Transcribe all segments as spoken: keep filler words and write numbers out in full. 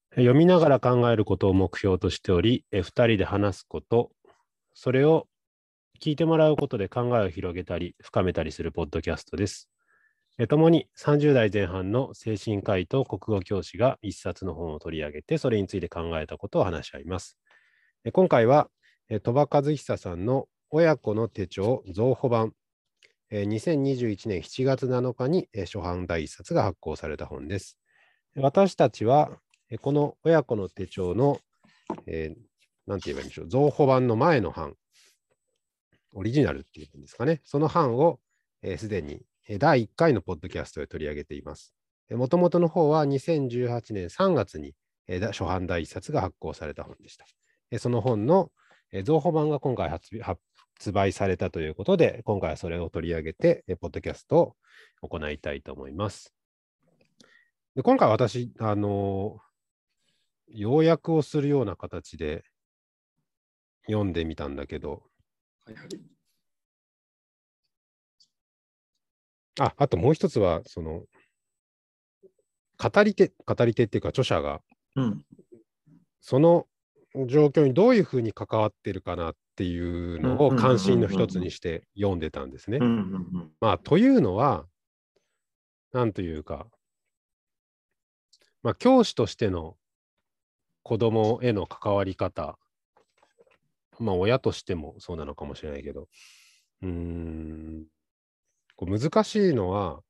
読みながら考えることを目標としており、えふたりで話すこと、それを聞いてもらうことで考えを広げたり、深めたりするポッドキャストです。えともにさんじゅう代前半の精神科医と国語教師が一冊の本を取り上げて、それについて考えたことを話し合います。え今回は、え鳥羽和久さんの親子の手帳増補版、えにせんにじゅういちねんしちがつなのかに、え初版第一冊が発行された本です。私たちは、この親子の手帳の、えー、なんて言えばいいんでしょう、増補版の前の版、オリジナルっていうんですかね、その版をすで、にだいいっかいのポッドキャストで取り上げています。もともとの方はにせんじゅうはちねんさんがつに、えー、初版第一冊が発行された本でした。えー、その本の、えー、増補版が今回 発, 発売されたということで、今回はそれを取り上げて、えー、ポッドキャストを行いたいと思います。で今回私、あのー要約をするような形で読んでみたんだけど、 はいはい、 あ、あともう一つは、その、語り手、語り手っていうか著者が、 うん、 その状況にどういうふうに関わってるかなっていうのを関心の一つにして読んでたんですね。まあ、というのは、なんというか、まあ、教師としての子供への関わり方、まあ、親としてもそうなのかもしれないけど、うーん、こう難しいのは、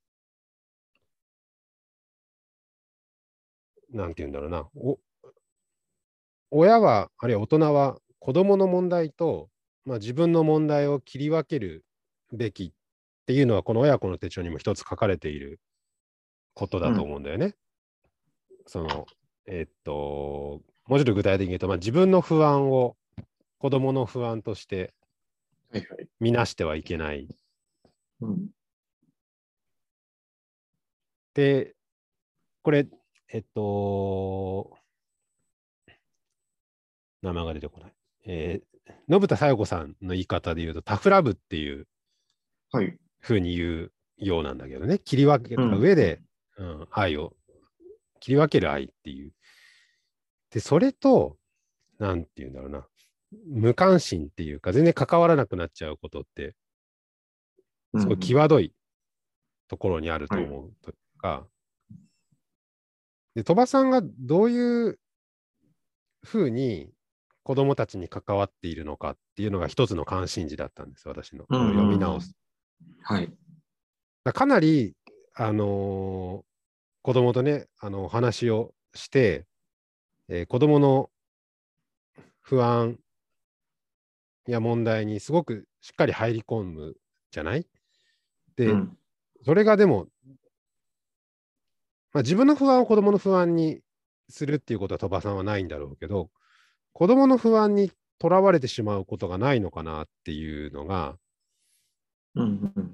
なんて言うんだろうな、お親は、あるいは大人は子供の問題と、まあ、自分の問題を切り分けるべきっていうのは、この親子の手帳にも一つ書かれていることだと思うんだよね。うん、その、えー、っと、もうちょっと具体的に言うと、まあ、自分の不安を子供の不安として見なしてはいけない。 はいはい、うん、 で、これ、えっと、名前が出てこない。えー、信田小夜子さんの言い方で言うと、タフラブっていうふうに言うようなんだけどね、切り分けた上で、うん、うん、愛を切り分ける愛っていう。で、それと、なんていうんだろうな、無関心っていうか、全然関わらなくなっちゃうことって、すごい際どいところにあると思うというか、はい、で、鳥羽さんがどういうふうに子供たちに関わっているのかっていうのが一つの関心事だったんです、私の。この読み直す。 はい。 かなり、あのー、子供とね、あの話をして、えー、子供の不安や問題にすごくしっかり入り込むじゃないで、うん、それがでも、まあ、自分の不安を子供の不安にするっていうことは鳥羽さんはないんだろうけど、子供の不安にとらわれてしまうことがないのかなっていうのが、 うんうんうん、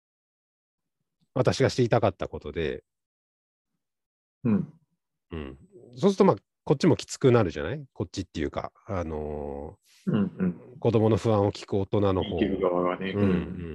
私が知りたかったことで、 うんうん、そうすると、まあ、こっちもきつくなるじゃない？こっちっていうか、あのーうんうん、子供の不安を聞く大人の方も。 聞いてる側がね。 うんうん、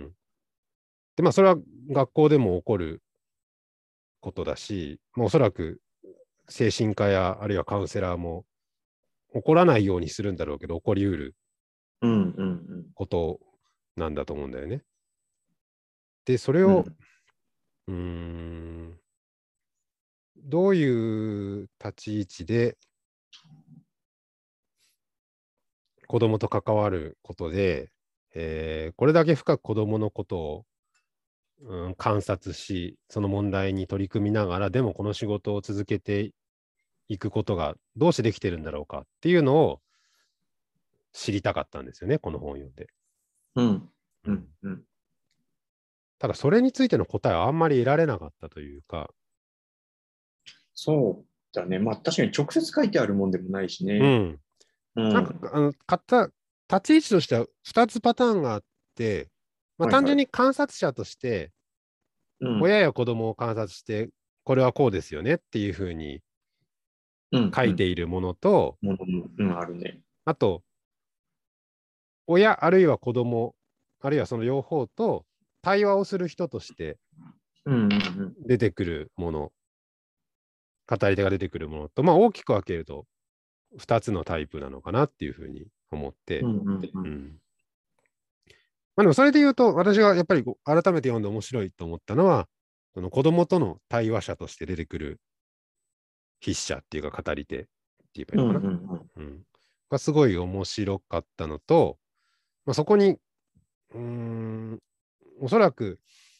で、まあ、それは学校でも起こることだし、まあ、おそらく精神科やあるいはカウンセラーも起こらないようにするんだろうけど、起こりうることなんだと思うんだよね。で、それを、うん、うーん、どういう立ち位置で子供と関わることで、えー、これだけ深く子供のことを、うん、観察し、その問題に取り組みながら、でもこの仕事を続けていくことがどうしてできてるんだろうかっていうのを知りたかったんですよね、この本を読んで。 うんうんうん、 ただ、それについての答えはあんまり得られなかったというか。 そうだね。まあ、確かに直接書いてあるもんでもないしね。 うん。うん、なんか、あの、かた、立ち位置としてはふたつパターンがあって、まあ、単純に観察者として、親や子供を観察して、これはこうですよねっていうふうに書いているものと、 うんうんうん、あるね。 あと、親あるいは子供、あるいはその両方と対話をする人として出てくるもの。 語り手が出てくるものと、まあ、大きく分けるとふたつのタイプなのかなっていうふうに思って、 うんうんううんんまあ、でもそれで言うと、私がやっぱりこう改めて読んで面白いと思ったのは、その子供との対話者として出てくる筆者っていうか語り手って言えばいいのかな、 うんうんうんがすごい面白かったのと、まあ、そこにうーんおそらく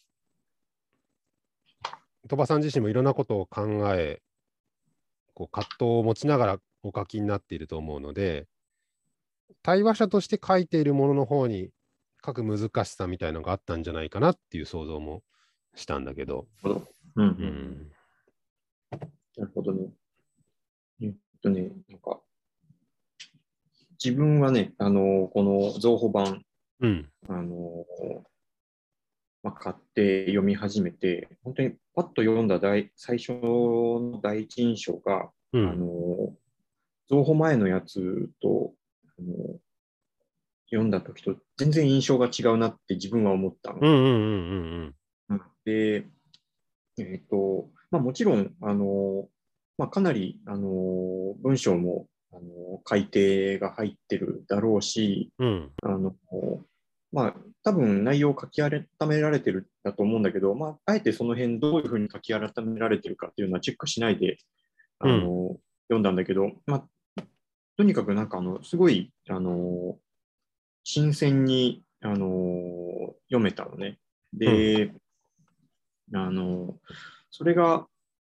鳥羽さん自身もいろんなことを考え、こう葛藤を持ちながらお書きになっていると思うので、対話者として書いているものの方に書く難しさみたいなのがあったんじゃないかなっていう想像もしたんだけど。 なるほど。うんうんううんん。 なるほどね。えっとね、なんか、自分はね、あの、この増補版、 うん。 あの、まあ、買って読み始めて、本当にパッと読んだ第最初の第一印象が、あうん。 の、増補前のやつと、あの、読んだ時と全然印象が違うなって自分は思ったの。 うんうんうんうんで、えっと、まあ、もちろん、あの、まあ、かなり、あの、文章も、あの、改訂が入ってるだろうし、 うん。うん。 あの、まあ、多分内容を書き改められてるんだと思うんだけど、まあ、あえてその辺どういうふうに書き改められてるかっていうのはチェックしないで、あうんの、読んだんだけど、まあ、とにかくなんかあの、すごい、あの、新鮮に、あの、読めたのね。 うんで、あの、それが、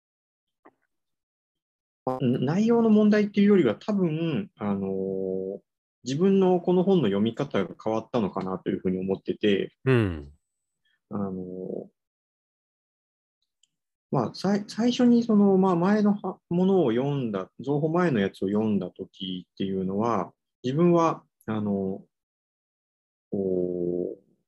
内容の問題っていうよりは多分、あの、自分のこの本の読み方が変わったのかなというふうに思ってて、 うんあの、まあ、最最初にその、まあ、前のはものを読んだ、情報前のやつを読んだ時っていうのは、自分は、あの、こう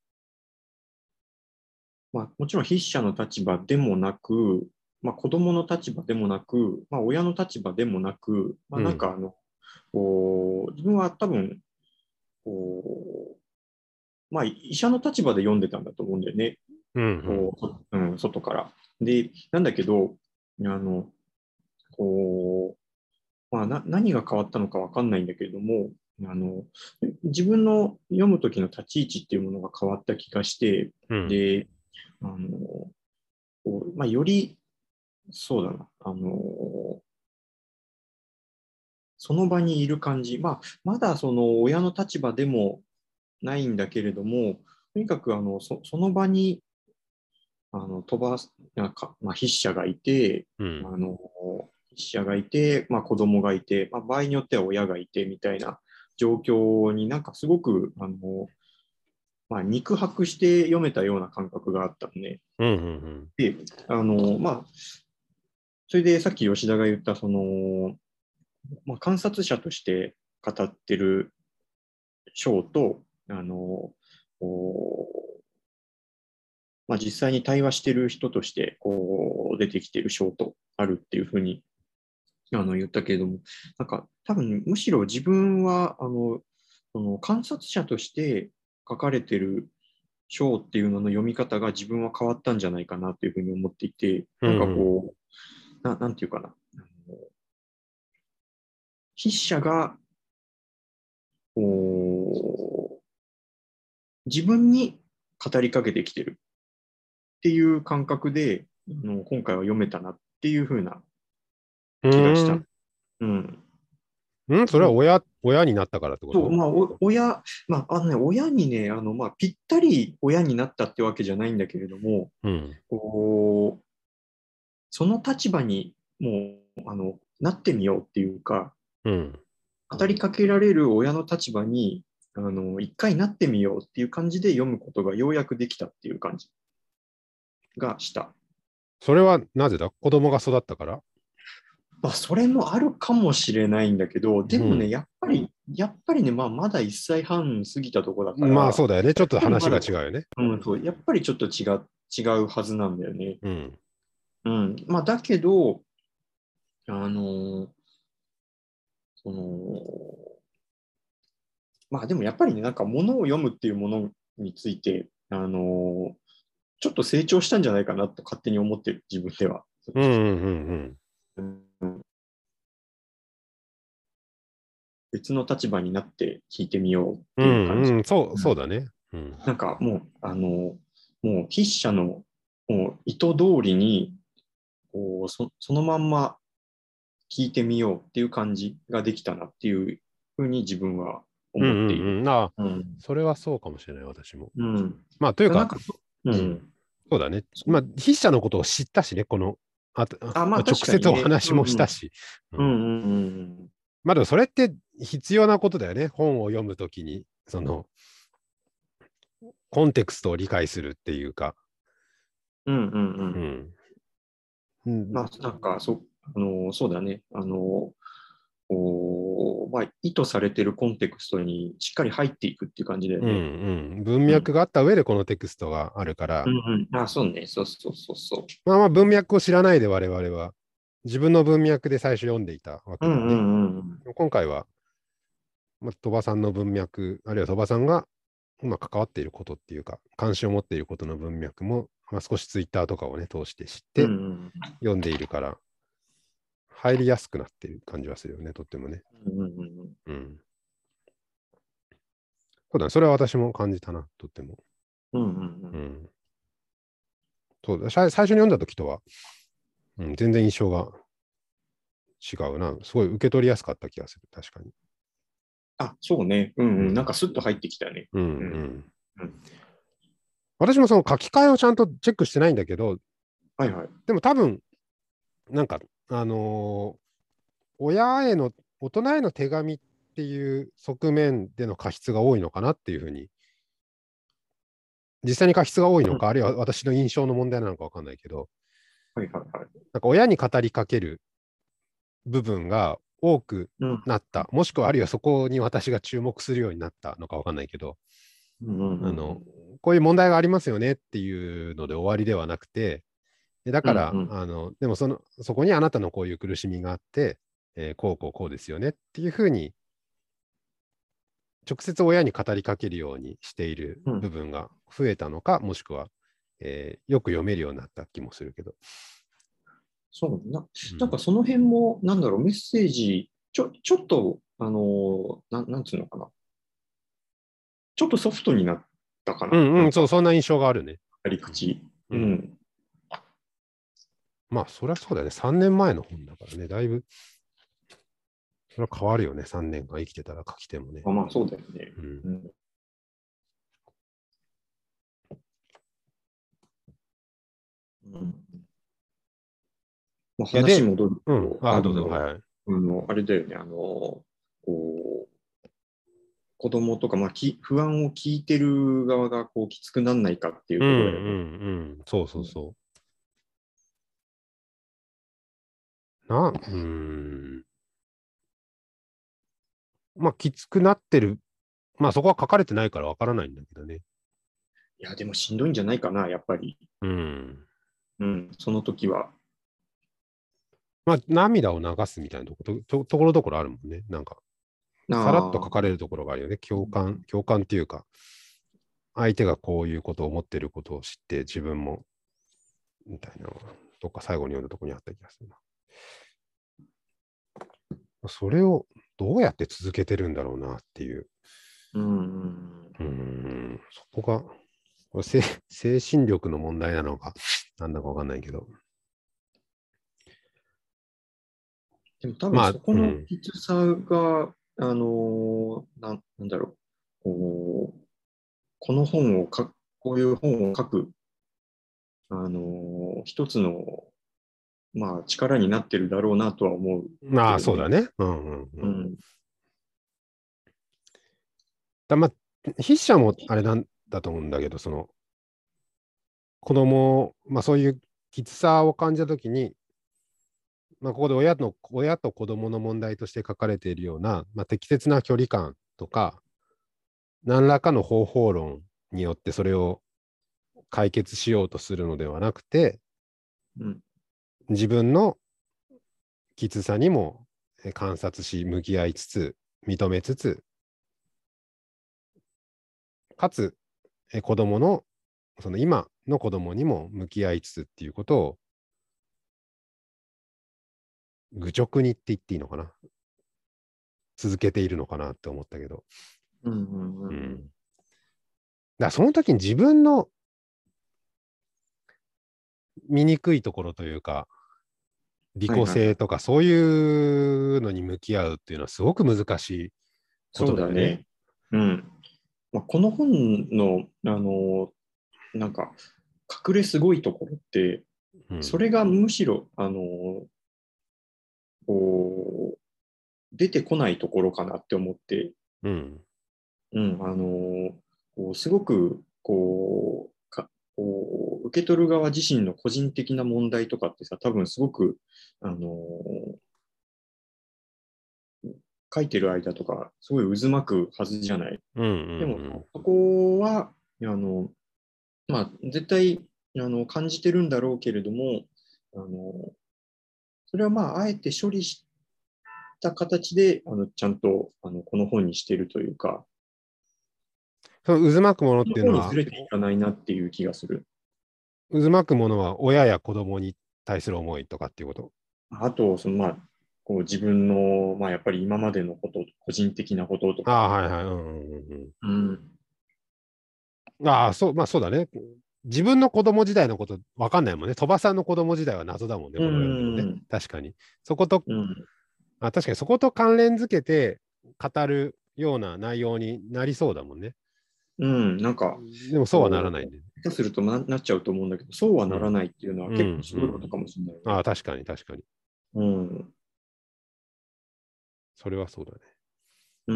まあ、もちろん筆者の立場でもなく、まあ、子供の立場でもなく、まあ、親の立場でもなく、まあ、なんうんかあの、こう自分は多分、こうまあ、医者の立場で読んでたんだと思うんだよね。 うんこう、うん、外から。で、なんだけど、あの、こう、まあ、な何が変わったのかわかんないんだけれども、あの、自分の読む時の立ち位置っていうものが変わった気がして、 うんで、あの、こうまあ、より、そうだな、あの、その場にいる感じ、まあ、まだその親の立場でもないんだけれども、とにかくあのそその場にあの飛ばすなんか、まあ、筆者がいて、 うんあの筆者がいて、まあ、子供がいて、まあ、場合によっては親がいてみたいな状況になんかすごくあの、まあ、肉薄して読めたような感覚があったのね。 うんうんで、あのまあ、それでさっき吉田が言ったその、まあ、観察者として語ってる章と、あのまあ、実際に対話してる人としてこう出てきてる章とあるっていうふうにあの言ったけれども、なんか多分むしろ自分はあのその観察者として書かれてる章っていうのの読み方が自分は変わったんじゃないかなというふうに思っていて、なんかうんうんこう、ななんていうかな、あの筆者がこう自分に語りかけてきてるっていう感覚であの今回は読めたなっていうふうなう気がした。 んうん。 うんそれはもう、 親親になったからってこそう、 と？ まあ、お親、まあ、あのね、親にね、あの、まあ、ぴったり親になったってわけじゃないんだけれども、 うんこう、その立場にもう、あの、なってみようっていうか、 うん語りかけられる親の立場に、あの、一回なってみようっていう感じで読むことがようやくできたっていう感じがした。 それはなぜだ？子供が育ったから？ まあ、それもあるかもしれないんだけど、でもね、 うんやっぱり、やっぱりね、まあ、まだいっさいはん過ぎたとこだから、 まあそうだよね。ちょっと話やっぱりまだ、 が違うよね。 うん、そう、やっぱりちょっと違う、違うはずなんだよね。 うん。 うん。まあ、だけど、あのーその、まあでもやっぱりね、なんか物を読むっていうものについて、あのーちょっと成長したんじゃないかなと勝手に思ってる、自分では。 うんうんうん別の立場になって聞いてみようっうていう感じ。 んうん、そう、そうだね。うん。 なんかもう、あの、もう筆者のもう意図通りにこうそ、そのまんま聞いてみようっていう感じができたなっていうふうに自分はうんう思っている。 んうん。ああ、 うん。 それはそうかもしれない、私も。 うん。 まあ、というか、 なんか、ううん、 ん。 そうだね。 そう。 まあ、筆者のことを知ったしね、この、あと、 あ、まあ直確かにね。 接お話うんうん。 もしたし。うん。 うんうんうんうん。 まあ、でもそれって必要なことだよね。本を読むときに、その、コンテクストを理解するっていうか。 うんうんうん。 うん。うん、 まあなんか、そ、あの、そうだね。あの、おまあ、意図されてるコンテクストにしっかり入っていくっていう感じだようん、 ね。 うん。文うん。 脈があった上でこのテクストがあるから、 うんうん。あ、そうね。そうそうそうそう。 まあまあ文脈を知らないで我々は自分の文脈で最初読んでいたわうんうけだよね。 んうん今回は、まあ、鳥羽さんの文脈、あるいは鳥羽さんが今関わっていることっていうか、関心を持っていることの文脈も、まあ、少しツイッターとかをね、通して知っうん。うてん読んでいるから、入りやすくなっている感じはするよね、とってもね。 うんうんうんうん。そうだね、それは私も感じたな、とっても。 うんうんうん。 うん。そうだ、最最初に読んだ時とは、うん、全然印象が違うな。すごい受け取りやすかった気がする、確かに。 あ、そうね。うんうん。なんうん。 かスッと入ってきたね。 うんううん。 ん。 うん。 私もその書き換えをちゃんとチェックしてないんだけど、 はいはい。 でも多分、なんか、あのー親への、大人への手紙っていう側面での過失が多いのかなっていうふうに、実際に過失が多いうん。 のか、あるいは私の印象の問題なのかわかんないけど、 はいはいはい。 なんか親に語りかける部分が多くうん。 なった、もしくはあるいはそこに私が注目するようになったのかわかんないけど、 うんうんうあの、 んこういう問題がありますよねっていうので終わりではなくて、でだうん。 から、 うんあの、でもその、そこにあなたのこういう苦しみがあって、えーこうこうこうですよねっていうふうに、直接親に語りかけるようにしているうん。 部分が増えたのか、もしくは、えーよく読めるようになった気もするけど。 そうな。 うん、 なんかその辺も、なんだろう、メッセージ、ちょ、ちょっと、あのーなん、なんつうのかな。ちょっとソフトになったかな。 うん、うん、そう、 なんか、 そんな印象があるね。 やり口。 うん。 うん。 まあ、そりゃそうだよね。さんねんまえの本だからね、だいぶ、それは変わるよね。さんねんかん生きてたら書き手もね。 あ、まあそうだよね。 うん。 うん。うんまあ、 いや、で、 話戻るうん。 と、 あ、どうぞ。 あの、 はいはい。 あの、あれだよね、あの、こう、子供とか、まあ、き不安を聞いてる側がこうきつくならないかっていううん、うところだよね。 ん、うん。そううんそうそう。な、うーん。まあ、きつくなってる。まあ、そこは書かれてないからわからないんだけどね。 いや、でもしんどいんじゃないかな、やっぱり。 うん。 うん、その時は。 まあ、涙を流すみたいなとこ、と、とところどころあるもんね。なんか、さらっとああ、 書かれるところがあるよね。共感、共感っていうか、相手がこういうことを思っていることを知って、自分も、みたいなのが、どっか最後に読んだところにあった気がするな。それをどうやって続けてるんだろうなっていう。 うん、 うーん、そこが、これ精精神力の問題なのか、なんだかわかんないけど。 でも多分まあ、 そこのうん。 きつさが、あのーなん、なんだろう、こう、この本を書く、こういう本を書く、あのー一つの、まあ、力になってるだろうなとは思うまあ、 けどね。 そうだね。うんうんうん。 うん、 だまあ、筆者もあれなんだと思うんだけど、その、子供、まあそういうきつさを感じたときに、まあ、ここで親の親と子供の問題として書かれているような、まあ、適切な距離感とか、何らかの方法論によってそれを解決しようとするのではなくて、 うん、 自分のきつさにも観察し、向き合いつつ、認めつつ、かつ、子供の、その今の子供にも向き合いつつっていうことを、愚直にって言っていいのかな。 続けているのかなって思ったけど。 うんうんうん。 うん。だからその時に自分の醜いところというか、利己はいはいはい。 性とかそういうのに向き合うっていうのはすごく難しいこそとだよね。 うだね。うん。まあ、この本の、あの、なんか、隠れすごいところって、 うん。 それがむしろ、あの、こう、出てこないところかなって思って、 うん。 うん、あの、こうすごく、こう、か、こう、受け取る側自身の個人的な問題とかってさ、多分すごく、あの、書いてる間とか、すごい渦巻くはずじゃない。 うん。うでも、 ん。 そこは、あの、まあ、絶対、あの、感じてるんだろうけれども、あの、それはまあ、あえて処理した形で、あの、ちゃんと、あの、この本にしてるというか、 その渦巻くものっこのていうのは、 方にずれていかないなっていう気がする。 渦巻くものは親や子供に対する思いとかっていうこと。 あと、その、まあ、こう自分の、まあ、やっぱり今までのこと、個人的なこととか、 ああ、はいはい。うんうんうん、 うん。ああ、そう、まあそうだね。自分の子供時代のことわかんないもんね。鳥羽さんの子供時代は謎だもんね、 うこれを読んでもね。 ん、 確かに。そこと、 うん、 あ、確かにそこと関連づけて語るような内容になりそうだもんね。 うん、なんか、 でもそうはならこう、 ないんで。 下手するとな、なっちゃうと思うんだけど、そうはならうん。 ないっていうのはうん、 結構すうん。 ごいことかもしれないよね。 ああ、確かに確かに。 うん、 それはそうだね。 うん。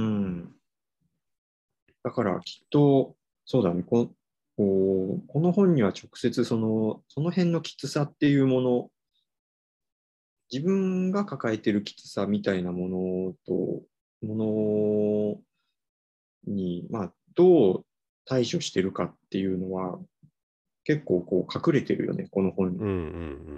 だからきっと、そうだね、こ、こう、この本には直接その、その辺のきつさっていうもの、自分が抱えてるきつさみたいなものと、ものに、まあ、どう対処してるかっていうのは、結構こう隠れてるよね、この本うんうんうん。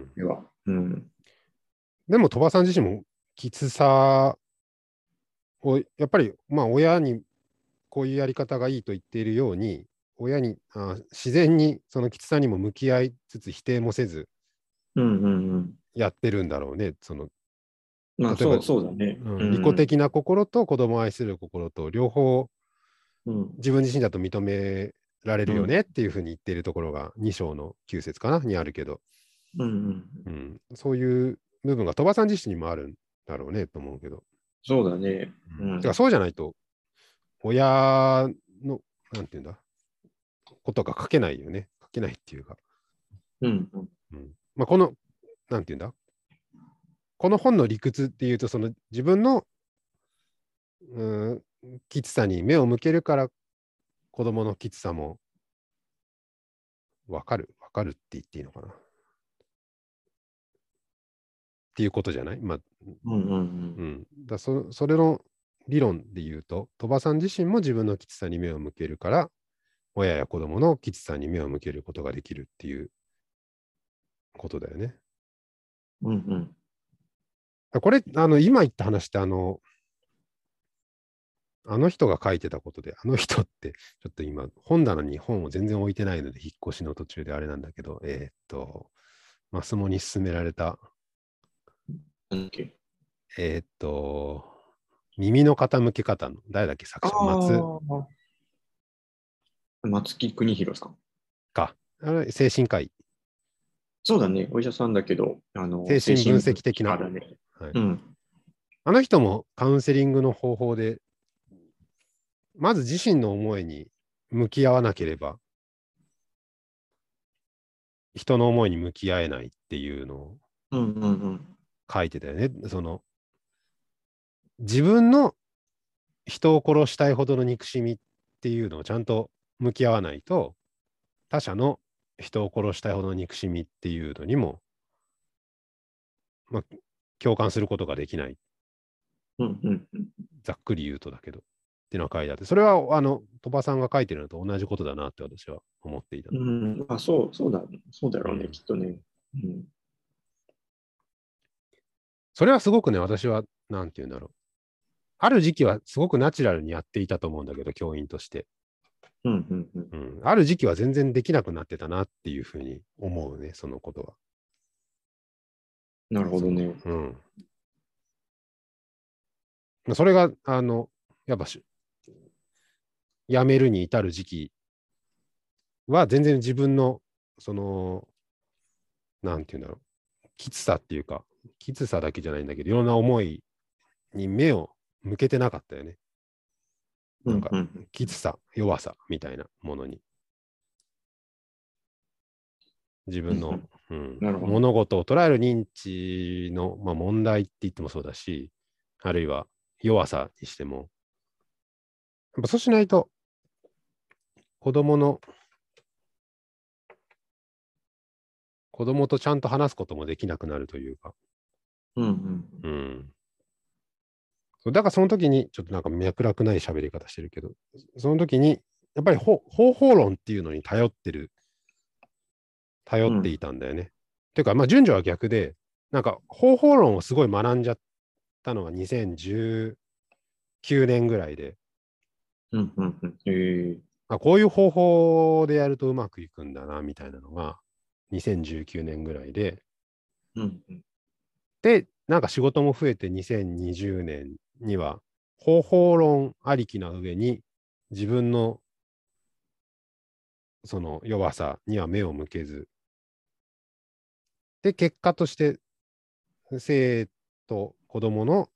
では。うん。 でも鳥羽さん自身もきつさを、やっぱり、まあ親にこういうやり方がいいと言っているように、親にあ自然にそのきつさにも向き合いつつ否定もせずうんうんうん。 やってるんだろうね。そのまあ、 例えば、 そう、そうだね。 うん、利己うん。 的な心と子供を愛する心と両方うん。 自分自身だと認められるようん。 ねっていうふうに言っているところがに章のきゅう節かなにあるけど、 うん。 うん、そういう部分が鳥羽さん自身にもあるんだろうねと思うけど、 そうだね。 うん、てかうん。 そうじゃないと親のなんていうんだことが書けないよね。書けないっていうか、 うん。 うんまあ、このなんていうんだこの本の理屈っていうとその自分のうんきつさに目を向けるから子供のきつさもわかるわかるって言っていいのかなっていうことじゃない、まあ、 うん。うん。 うん。だそそれの理論で言うと、鳥羽さん自身も自分のきつさに目を向けるから、親や子供のきつさに目を向けることができるっていうことだよね。 うん。うん。 これ、あの、今言った話って、あの、あの人が書いてたことで、あの人って、ちょっと今、本棚に本を全然置いてないので、引っ越しの途中であれなんだけど、えーっと、マスモに勧められた、 なんだっけ。 えーっと、耳の傾け方の、誰だっけ、作あ者、松あ、松木邦弘さん。 か、あれ精神科医、 そうだね。お医者さんだけど、あの、 精神分精神分析析的な、 家だね。 はい、 うん。 あの人もカウンセリングの方法で、まず自身の思いに向き合わなければ、人の思いに向き合えないっていうのをうんうんうん。 書いてたよね。その、自分の人を殺したいほどの憎しみっていうのをちゃんと向き合わないと、他者の人を殺したいほどの憎しみっていうのにも、まあ、共感することができない。 うんうんうん。 ざっくり言うとだけど。っていうのが書いてあって、それは、あの、鳥羽さんが書いてるのと同じことだなって私は思っていた。 うん、まあ、そう、そうだ、そうだろうね、 うん。 きっとね。うん。 それはすごくね、私は、なんて言うんだろう。ある時期はすごくナチュラルにやっていたと思うんだけど、教員として。 うん、うん、うん。 うん。ある時期は全然できなくなってたなっていうふうに思うね、そのことは。 なるほその、 どね。 うん。 それが、あの、やっぱし、辞めるに至る時期は、全然自分の、その、なんていうんだろう、きつさっていうか、きつさだけじゃないんだけど、いろんな思いに目を向けてなかったよね。なんか、 うんうんきつさ、弱さみたいなものに。自分の、 うんうん。 うん、 なるほど。 物事を捉える認知の、まあ、問題って言ってもそうだし、あるいは弱さにしても、やっぱそうしないと、子供の、子供とちゃんと話すこともできなくなるというか、 うんうんうん。そうだからその時に、ちょっとなんか脈絡ない喋り方してるけど、その時に、やっぱり方法論っていうのに頼ってる、頼っていうんたんだよね。ていうか、まあ、順序は逆で、なんか方法論をすごい学んじゃったのがにせんじゅうきゅうねんぐらいで、 うんうんうん。へえ。 あ、こういう方法でやるとうまくいくんだな、みたいなのが、にせんじゅうきゅうねんぐらいで、 うんうんで、なんか仕事も増えてにせんにじゅうねんには、方法論ありきな上に、自分のその弱さには目を向けず、で、結果として、生徒、子供の、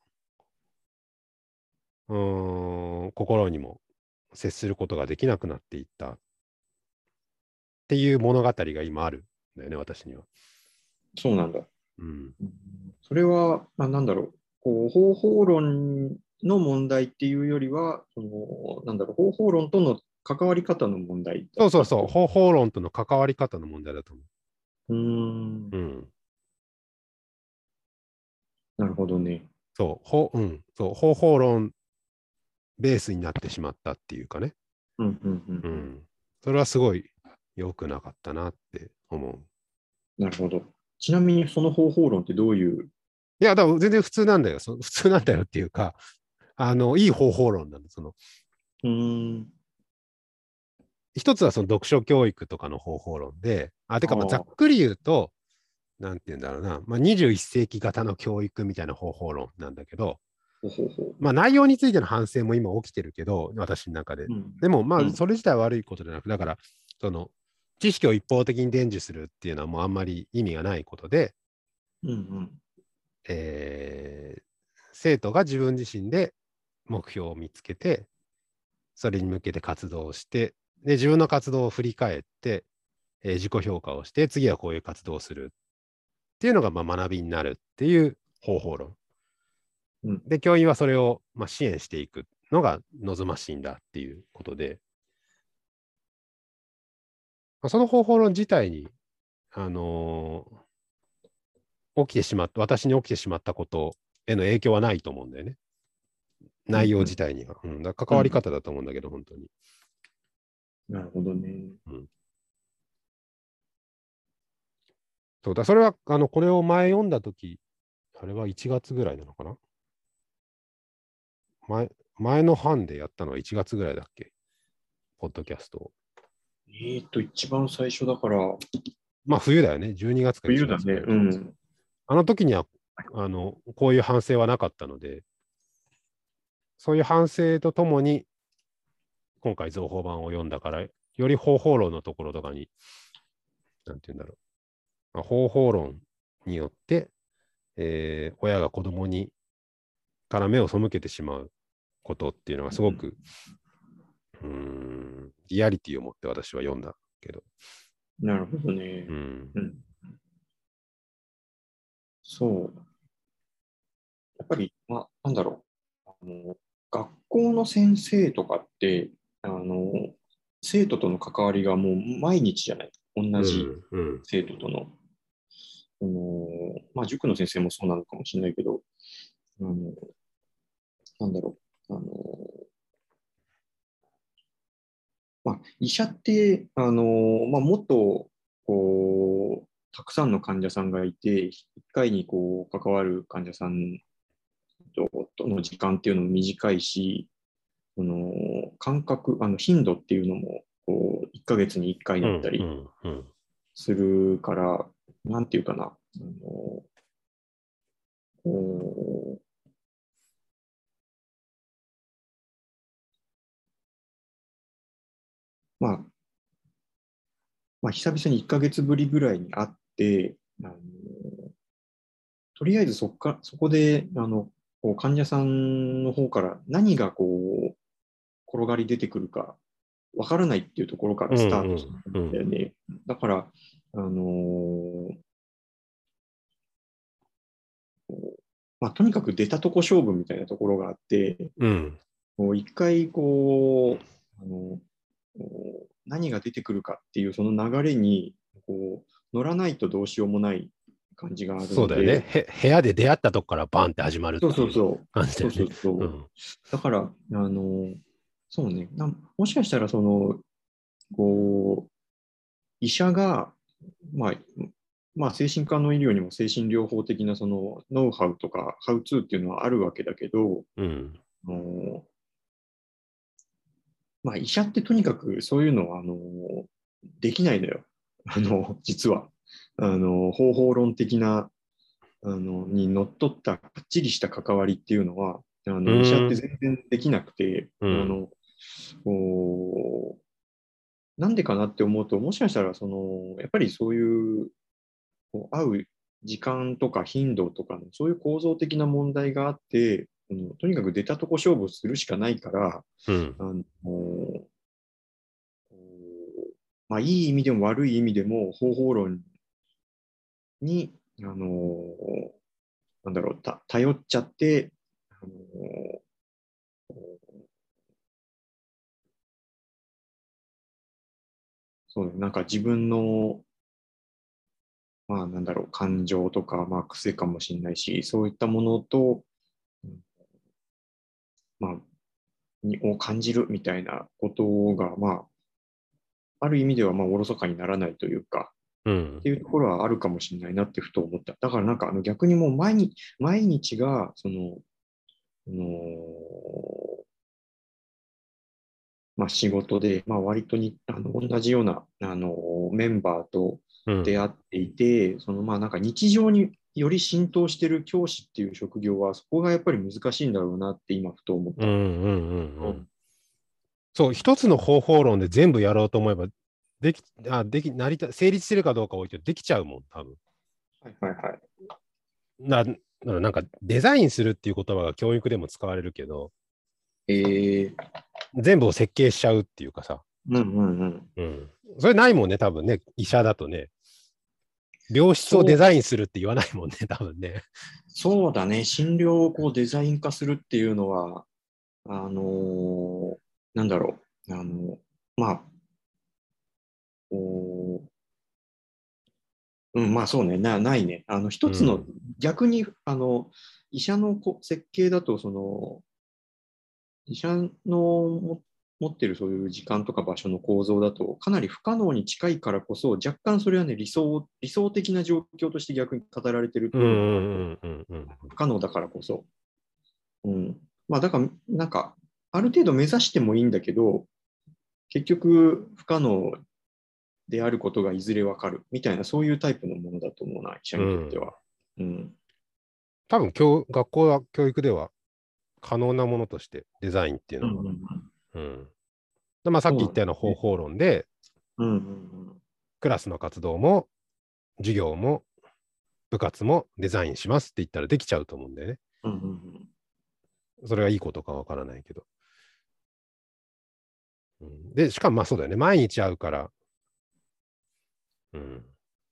うーん、心にも接することができなくなっていったっていう物語が今あるんだよね、私には。 そうなんだ。 うん。 うん。それは、まあ、なんだろう、こう方法論の問題っていうよりは、その、なんだろう、方法論との関わり方の問題だそうそうそう、 ったってこ方法論との関わり方の問題だと思と。うーん、 う。うん。 なるほどね。 そう、ほ、うん、そう、方法論ベースになってしまったっていうかね。 うん、うん、うん、うん。 うん。それはすごい良くなかったなって思う。 なるほど。ちなみにその方法論ってどういう、 いや、だから全然普通なんだよ。そ普通なんだよっていうか、あの、いい方法論なんだ。その、 うーん、 一つはその読書教育とかの方法論で、あ、てかまあざっああ、 くり言うと、なんて言うんだろうな、まあ、にじゅういっ世紀型の教育みたいな方法論なんだけど、 ほうほうほまあ内容についての反省も今起きてるけど、私の中で。 う。うん、 でもまうん、 あそれ自体は悪いことじゃなく、だから、その、知識を一方的に伝授するっていうのはもうあんまり意味がないことで、 うん、うん、 えー生徒が自分自身で目標を見つけて、それに向けて活動をして、で、自分の活動を振り返って、えー自己評価をして、次はこういう活動をするっていうのがまあ学びになるっていう方法論。 うん、 で、教員はそれをまあ支援していくのが望ましいんだっていうことで、まあ、その方法論自体に、あのー起きてしまった、私に起きてしまったことへの影響はないと思うんだよね。内容うん、うん、 自体には。うん、だから関わりうん。 方だと思うんだけど、本当に。 なるほどね。 うん、そうだ、それは、あの、これを前読んだとき、あれはいちがつぐらいなのかな前、前の班でやったのはいちがつぐらいだっけポッドキャストを。 えーと、一番最初だから、 まあ、冬だよね。じゅうにがつか1 冬だね。 月ぐらいだと思うんですけど。 うん。 あの時には、あの、こういう反省はなかったので、そういう反省とともに、今回増法版を読んだから、より方法論のところとかに、なんて言うんだろう。まあ、方法論によって、えー親が子供にから目を背けてしまうことっていうのがすごく、うーん、リアリティを持って私は読んだけど。 なるほどね。 うん。 うん。そう。やっぱり、まあ、なんだろう。あの、学校の先生とかって、あの、生徒との関わりがもう毎日じゃない。同じうん。うん。 生徒との。あの、まあ、塾の先生もそうなのかもしれないけど、あの、なんだろう。あの、まあ、医者って、あの、まあ、もっと、こう、たくさんの患者さんがいて、一回にこう関わる患者さんととの時間っていうのも短いし、その間隔、あの頻度っていうのもこういっかげつにいっかいうん。うだったりん。うん。 するから、なんていうかな、あのこまあ、まあ、久々にいっかげつぶりぐらいに会って、あのとりあえずそこか、そこで、あの、こう患者さんの方から何がこう、転がり出てくるかわからないっていうところからスタートするんだよね。うんうん、だから、あのーまあ、とにかく出たとこ勝負みたいなところがあって、 うん、 もう一回こう、あの何が出てくるかっていうその流れにこう乗らないとどうしようもない感じがあるそうだよね。 ので、 へ部屋で出会ったとこからバンって始まるそうっていうそうそう、 感じだよね。 そうそうそう。 うん。 だから、あの、そうね、なもしかしたらその、こう、医者が、まあ、まあ、精神科の医療にも精神療法的なそのノウハウとか、ハウツーっていうのはあるわけだけど、 うん。 あのまあ、医者ってとにかくそういうのは、あの、できないのよ。あの、実は。あの、方法論的な、あの、にのっとったかっちりした関わりっていうのは、あうの、医者ってん。 全然できなくて、 うん。 あの、こう、なんでかなって思うと、もしかしたら、その、やっぱりそういう、こう会う時間とか頻度とかの、そういう構造的な問題があって、あのとにかく出たとこ勝負するしかないから、 うん。 あの、まあ、いい意味でも悪い意味でも方法論に、あのなんだろう、た頼っちゃって、あのそうね、なんか自分の、まあ、なんだろう、感情とか、まあ、癖かもしれないし、そういったものと、うんまあ、にを感じるみたいなことが、まあ、ある意味では、まあ、おろそかにならないというか、 うん。 っていうところはあるかもしれないなってふと思った。だからなんかあの逆にもう毎日、毎日が、その、あのまあ、仕事で、まあ、割とにあの同じようなあのメンバーとうん。 出会っていて、そのまあなんか日常により浸透している教師っていう職業は、そこがやっぱり難しいんだろうなって今、ふと思った。 うん。うん。うん。 うん、 そう、一つの方法論で全部やろうと思えば、でき、あ、でき、成り立、成立してるかどうか置いてできちゃうもん、多分。 はいはいはい。 な、なんかデザインするっていう言葉が教育でも使われるけど、 えー、 全部を設計しちゃうっていうかさ、 うんうんうん。 うん。それないもんね、多分ね、医者だとね。病室をデそう、 ザインするって言わないもんね、多分ね。 そうだね。診療をこうデザイン化するっていうのは、あのーなんだろう。あのまあ、こう、うん、まあそうね、な、ないね。あの、一つの、 うん。 逆に、あの、医者のこ設計だと、その、医者のも持ってるそういう時間とか場所の構造だと、かなり不可能に近いからこそ、若干それはね、理想、理想的な状況として逆に語られてるうん部分もある。 うんうんうん不可能だからこそ。うん。まあ、だから、なんか、ある程度目指してもいいんだけど、結局、不可能であることがいずれわかるみたいな、そういうタイプのものだと思うな、医者うん。うん。 にとっては。うん。 多分教、学校は教育では可能なものとしてデザインっていうのは。 うんうんうん。 うん。でまあ、さっきそうなんで言ったような方すね。 法論で、 うんうんクラスの活動も授業も部活もデザインしますって言ったらできちゃうと思うんだよね。 うん。うんうんそれがいいことかわからないけど。うん、で、しかもまあそうだよね。毎日会うから、うん、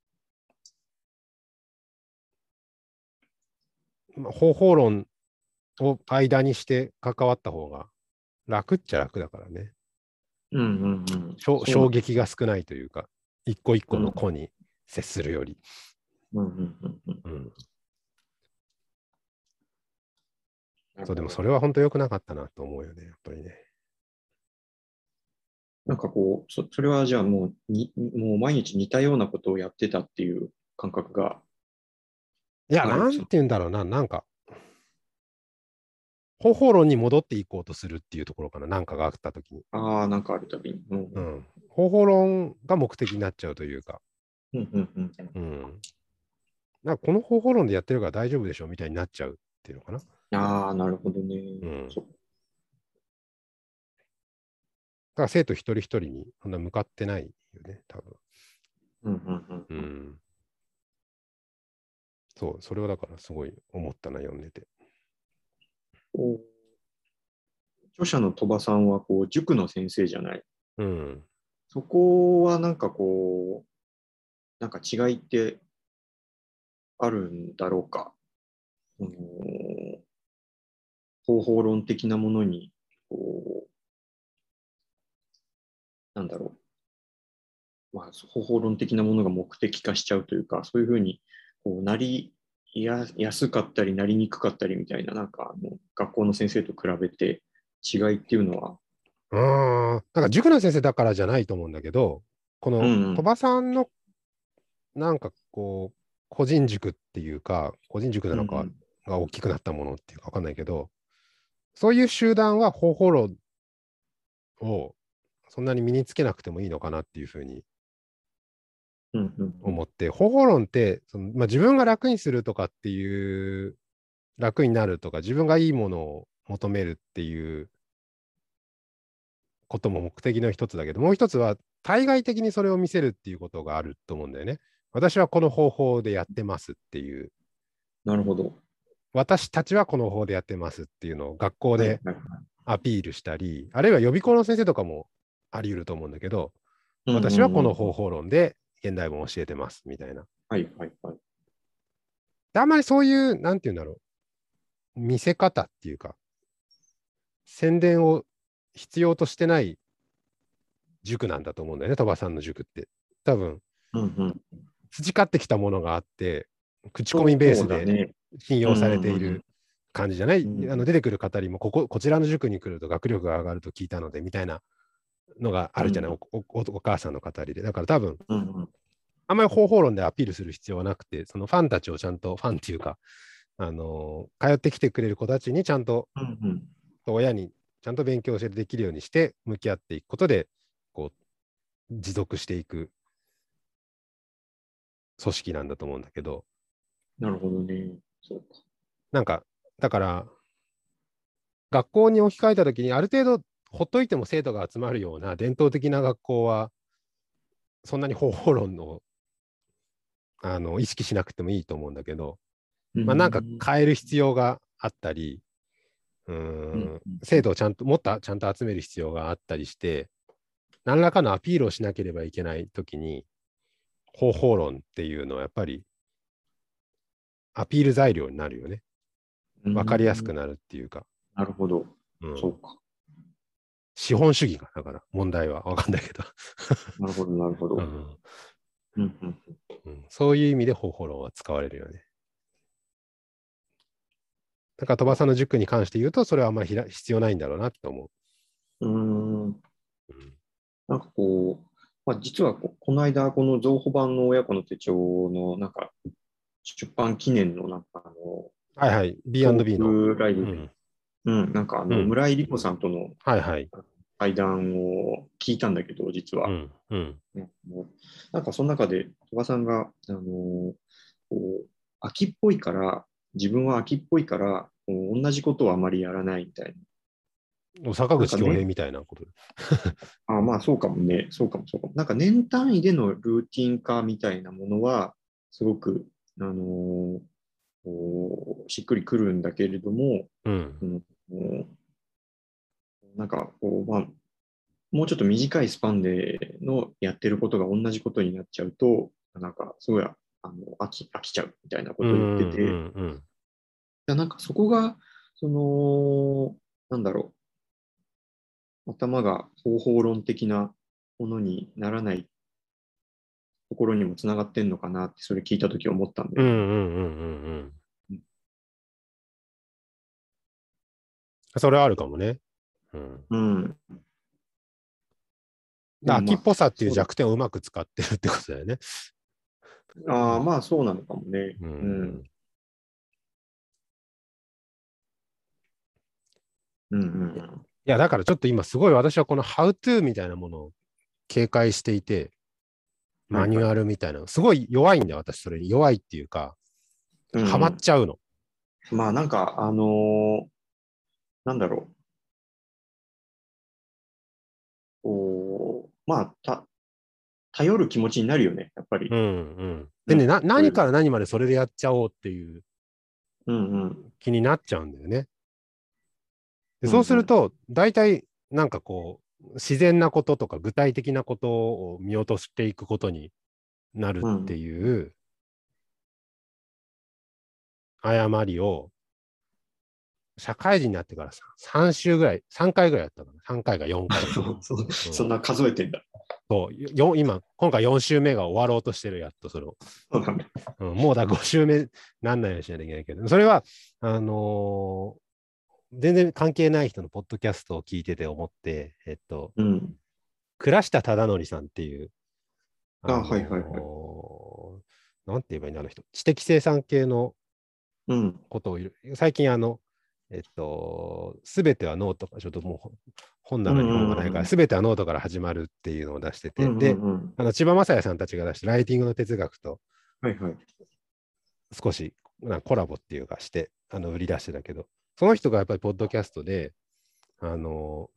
まあ、方法論を間にして関わった方が楽っちゃ楽だからね。 うんうんうんうん。 衝そうなんですよ。 衝撃が少ないというか、一個一個のうん子に接するより。 うんうんうんうん。 うん、そう、でもなるほど。 それは本当良くなかったなと思うよね、やっぱりね。 なんかこう、そ、それはじゃあもうに、もう毎日似たようなことをやってたっていう感覚がいや、 ある。 なんてその言うんだろうな、なんか、方法論に戻っていこうとするっていうところかな、なんかがあったときに。 ああ、なんかあるたびに。うんうんうん。方法論が目的になっちゃうというか、 うんうんうんうん。なんかこの方法論でやってるから大丈夫でしょみたいになっちゃうっていうのかな。 うん。ああ、なるほどね。 うん。 そから生徒一人一人にそんな向かってないよね、多分。 うんうんううんん。そう、それはだからすごい思ったな、読んでて。 こう著者の鳥羽さんはこう塾の先生じゃない。 うん。 そこはなんかこう、なんか違いってあるんだろうか。その方法論的なものに、こう、なんだろう。まあ、方法論的なものが目的化しちゃうというか、そういうふうにこうなりや安かったり、なりにくかったりみたいな、なんかあの学校の先生と比べて違いっていうのは、 ああ、なんか塾の先生だからじゃないと思うんだけど、このうんうん、 鳥羽さんのなんかこう、個人塾っていうか、個人塾なのかうんが大きくなったものっていうかわかんないけど、そういう集団は方法論をそんなに身につけなくてもいいのかなっていうふうにうん、うん、うん、 思って、方法論ってその、まあ、自分が楽にするとかっていう、楽になるとか、自分がいいものを求めるっていうことも目的の一つだけど、もう一つは対外的にそれを見せるっていうことがあると思うんだよね。私はこの方法でやってますっていう、 なるほど。 私たちはこの方法でやってますっていうのを学校はい、 ではい、 アピールしたり、あるいは予備校の先生とかもあり得ると思うんだけど、 うんうん私はこうん、 の方法論で現代文を教えてますみたいな。 はい、はい、はい。 であんまりそういう、なんていうんだろう、見せ方っていうか、宣伝を必要としてない塾なんだと思うんだよね、鳥羽さんの塾って。多分、 うんうん、 培ってきたものがあって、口コミベーそスでうだね。 信用されうんているうん感じじゃない、 うん、 あの出てくる語りもここ、こちらの塾に来ると学力が上がると聞いたのでみたいなのがあるじゃない、 うん、 おおお母さんの語りで。だから多分、 うん、うん、 あんまり方法論でアピールする必要はなくて、そのファンたちをちゃんと、ファンっていうか、あのー通ってきてくれる子たちにちゃんと、 うん、 親にちゃんと勉強してできるようにして向き合っていくことで、こう、持続していく組織なんだと思うんだけど、 なるほどね。そうか。 なんか、だから、学校に置き換えたときに、ある程度、ほっといても生徒が集まるような伝統的な学校は、そんなに方法論の、あの意識しなくてもいいと思うんだけど、 うまあ、なんかん、 変える必要があったり、うーうん、 ん、 うん、 生徒をちゃんと、もっとちゃんと集める必要があったりして、何らかのアピールをしなければいけないときに、方法論っていうのはやっぱりアピール材料になるよね。 うわかりやすん、 くなるっていうか、 なるほど。 うん、 そうか。 資本主義が、だから問題はわかんないけど、 なるほど、なるほど。 うんうん、うん、 うん、そういう意味で方法論は使われるよね。だから鳥羽さんの塾に関して言うと、それはあんまり必要ないんだろうなって思うん。うーん。 う。うん、 なんかこう、まあ、実はこ、この間、この増補版の親子の手帳の、なんか、出版記念の、なんか、あの、 はいはい、ビーアンドトービー の。 クライブで、 うん。 うん、なんか、あの、 うん。 村井理子さんとのはいはい。 対談を聞いたんだけど、実は。 うん。うん。 ねもうなんか、その中で、鳥羽さんが、あの、こう、秋っぽいから、自分は秋っぽいから、こう同じことをあまりやらないみたいな。なんか坂口恭平ね、 みたいなこと。 あ、まあそうかもね。そうかもそうかも。なんか年単位でのルーティン化みたいなものは、すごく、あのーこうしっくりくるんだけれども、 うん。 うん、もうなんかこう、まあ、もうちょっと短いスパンでのやってることが同じことになっちゃうと、なんかすごいあの飽き、飽きちゃうみたいなうん。 ことを言ってて、いうん。うん。 やなんかそこが、その、なんだろう、頭が方法論的なものにならないところにもつながってんのかなって、それ聞いたとき思ったんだうん。うよね。 ん。うん。うん。 うん、 それはあるかもね。うん。 うん。でもまあ、 秋っぽさっていうそうだ。 弱点をうまく使ってるってことだよね。 ああ、まあそうなのかもね。 ううん。 ん。 うんうんいや、だからちょっと今すごい私はこの How to みたいなものを警戒していて、 うん。はいはい。 マニュアルみたいなの。すごい弱いんだよ、私それに。弱いっていうか、ハマっうんちゃうの。 うん。まあなんか、あのーなんだろう。 こう、まあ、た、頼る気持ちになるよね、やっぱり。 うんうん。でね、な、何から何までそれでやっちゃおうっていううんうん。 気になっちゃうんだよね。で、そうすうんうん。 ると、大体、なんかこう、自然なこととか具体的なことを見落としていくことになるってうん。 いう誤りを、社会人になってからさ、さん週ぐらい、さんかいぐらいやったかな。さんかいかよんかいか。 そうん。 そんな数えてんだ。 そう、よ今、今回よん週目が終わろうとしてる、やっとそれを。 そうなんだ。 うん、もうだご週目なんないようにしないといけないけど、それは、あのー全然関係ない人のポッドキャストを聞いてて思って、えっと、 うん。 倉下忠則さんっていう、 あ、 あはいはいはい。 のーなんて言えばいいんだ、あの人、知的生産系のうん。 ことをいる、最近、あの、えっと、すべてはノートか、ちょっともう本うん棚に本がないから、 うんうん。 すべてはノートから始まるっていうのを出してて、 うんうで、 んうん。 あの千葉雅也さんたちが出して、ライティングの哲学とはいはい。 少しなんかコラボっていうかして、あの売り出してたけど、その人がやっぱりポッドキャストで、あの、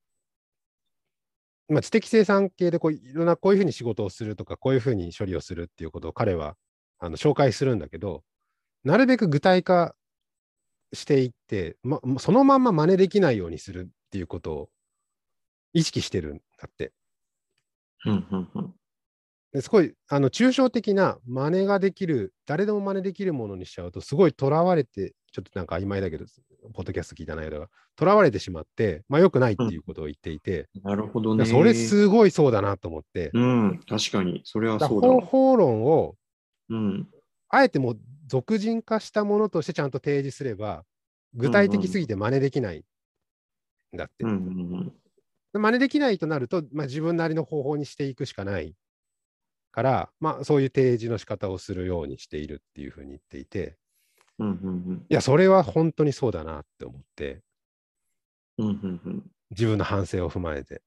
まあ、知的生産系でこういろんなこういうふうに仕事をするとか、こういうふうに処理をするっていうことを彼はあの紹介するんだけど、なるべく具体化していって、ま、そのまんま真似できないようにするっていうことを意識してるんだって。 うんうんうん。 ですごいあの抽象的な真似ができる、誰でも真似できるものにしちゃうと、すごいとらわれて、ちょっとなんか曖昧だけど、ポッドキャスト聞いた内容が、とらわれてしまって、まあ良くないっうん。 ていうことを言っていて、 なるほどそれね。 すごいそうだなと思って、 うん。確かに。それはだそうだわ。 方法論をうん。 あえてもう俗人化したものとしてちゃんと提示すれば、具体うんうん。 的すぎて真似できないんだって。 うんうんうん。 真似できないとなると、まあ、自分なりの方法にしていくしかないから、まあ、そういう提示の仕方をするようにしているっていうふうに言っていて、 うんうんいや、それは本当にそうだなって思って、 うん。うんうんうん。 自分の反省を踏まえて。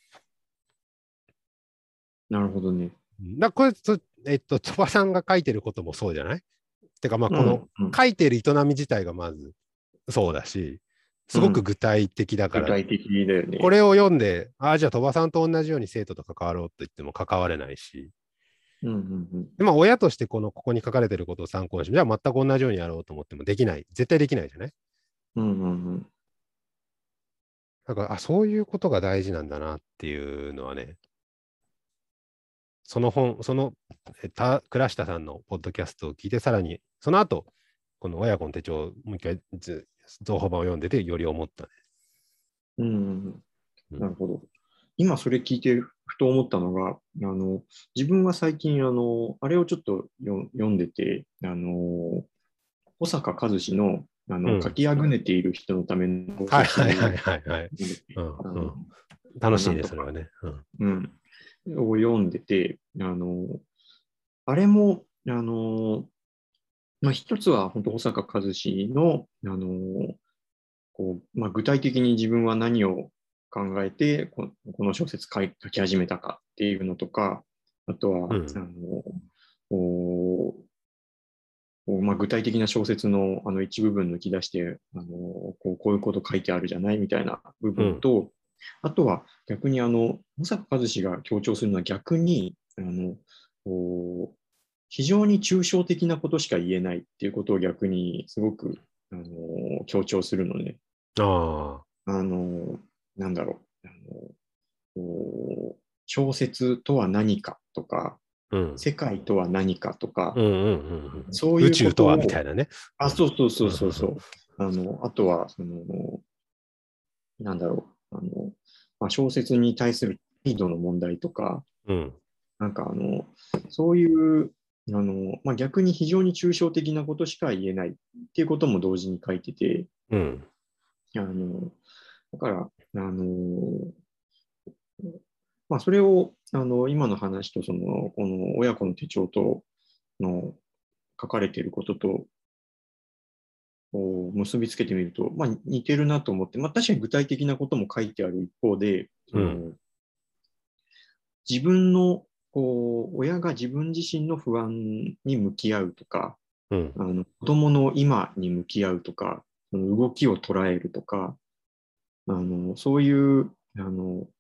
なるほどね。 だこれ、えっと、鳥羽さんが書いてることもそうじゃないてか、まあ、 うこのんうん。 書いてる営み自体がまずそうだし、すごくうん。 具体的だから、 具体的だよね。 これを読んで、ああ、じゃあ鳥羽さんと同じように生徒と関わろうと言っても関われないし、 うんうんうん。 でまあ、親としてこのここに書かれてることを参考にして、じゃあ全く同じようにやろうと思ってもできない。絶対できないじゃないうんうんうん。 だから、あ、そういうことが大事なんだなっていうのはね、その本、その、えた倉下さんのポッドキャストを聞いて、さらに、その後、この親子の手帳をもう一回ず、増補版を読んでて、より思ったね。 うんうんうん。 うん。 なるほど。今それ聞いてふと思ったのが、あの、自分は最近、あの、あれをちょっとよ読んでて、あの、保坂和志の、あの、書うん。 きあぐねている人のための小はいはいはい説、 はいはい。 なんだっけ、 うんあの、 うん。楽しいね、 ななんとか、 それはね。うん。 うん、を読んでて、あの、あれも、あの、まあ、一つは本当保坂和志の、あの、こう、まあ、具体的に自分は何を考えてこ、この小説書い書き始めたかっていうのとか、あとは、あうん。 の、おおまあ、具体的な小説のあの一部分抜き出して、あのこうこういうこと書いてあるじゃないみたいな部うん。 分と、あとは逆にあの、保坂和志が強調するのは逆に、あの、こう非常に抽象的なことしか言えないっていうことを逆にすごく、あの強調するのね。 ああ。 あの、なんだろう。あのこう小説とは何かとか、 うん。 世界とは何かとか、 うんうんうんうん。 そういうこ宇宙とはみたとを、 いなね。うあ、 ん。 そうそうそうそうそう。あの、あとは、その、なんだろう。あの、まあ、小説に対する態度の問題とか、 うん。 なんかあの、そういう、あの、まあ、逆に非常に抽象的なことしか言えないっていうことも同時に書いてて、 うん。 あの、だから、あの、まあ、それを、あの、今の話と、その、この親子の手帳との書かれていることと、こう結びつけてみると、まあ、似てるなと思って、まあ、確かに具体的なことも書いてある一方で、そうん。 の自分のこう親が自分自身の不安に向き合うとか、 うん。 あの子供の今に向き合うとか、その動きを捉えるとか、あのそういうあの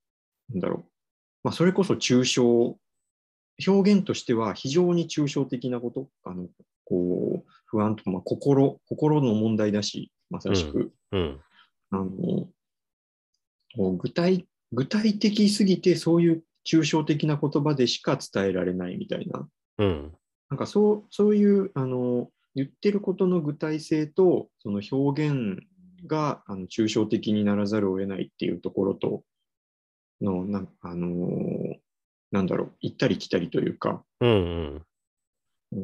なんだろう、まあ、それこそ抽象、表現としては非常に抽象的なこと、あのこう不安とか、まあ、心、心の問題だし、まさうんしく、 うん。 あのこう具体、具体的すぎて、そういう抽象的な言葉でしか伝えられないみたいな、 うん。 なんかそう、そういうあの言ってることの具体性と、その表現があの抽象的にならざるを得ないっていうところとの、な、あのーなんだろう、行ったり来たりというか、 うんうん。 うん、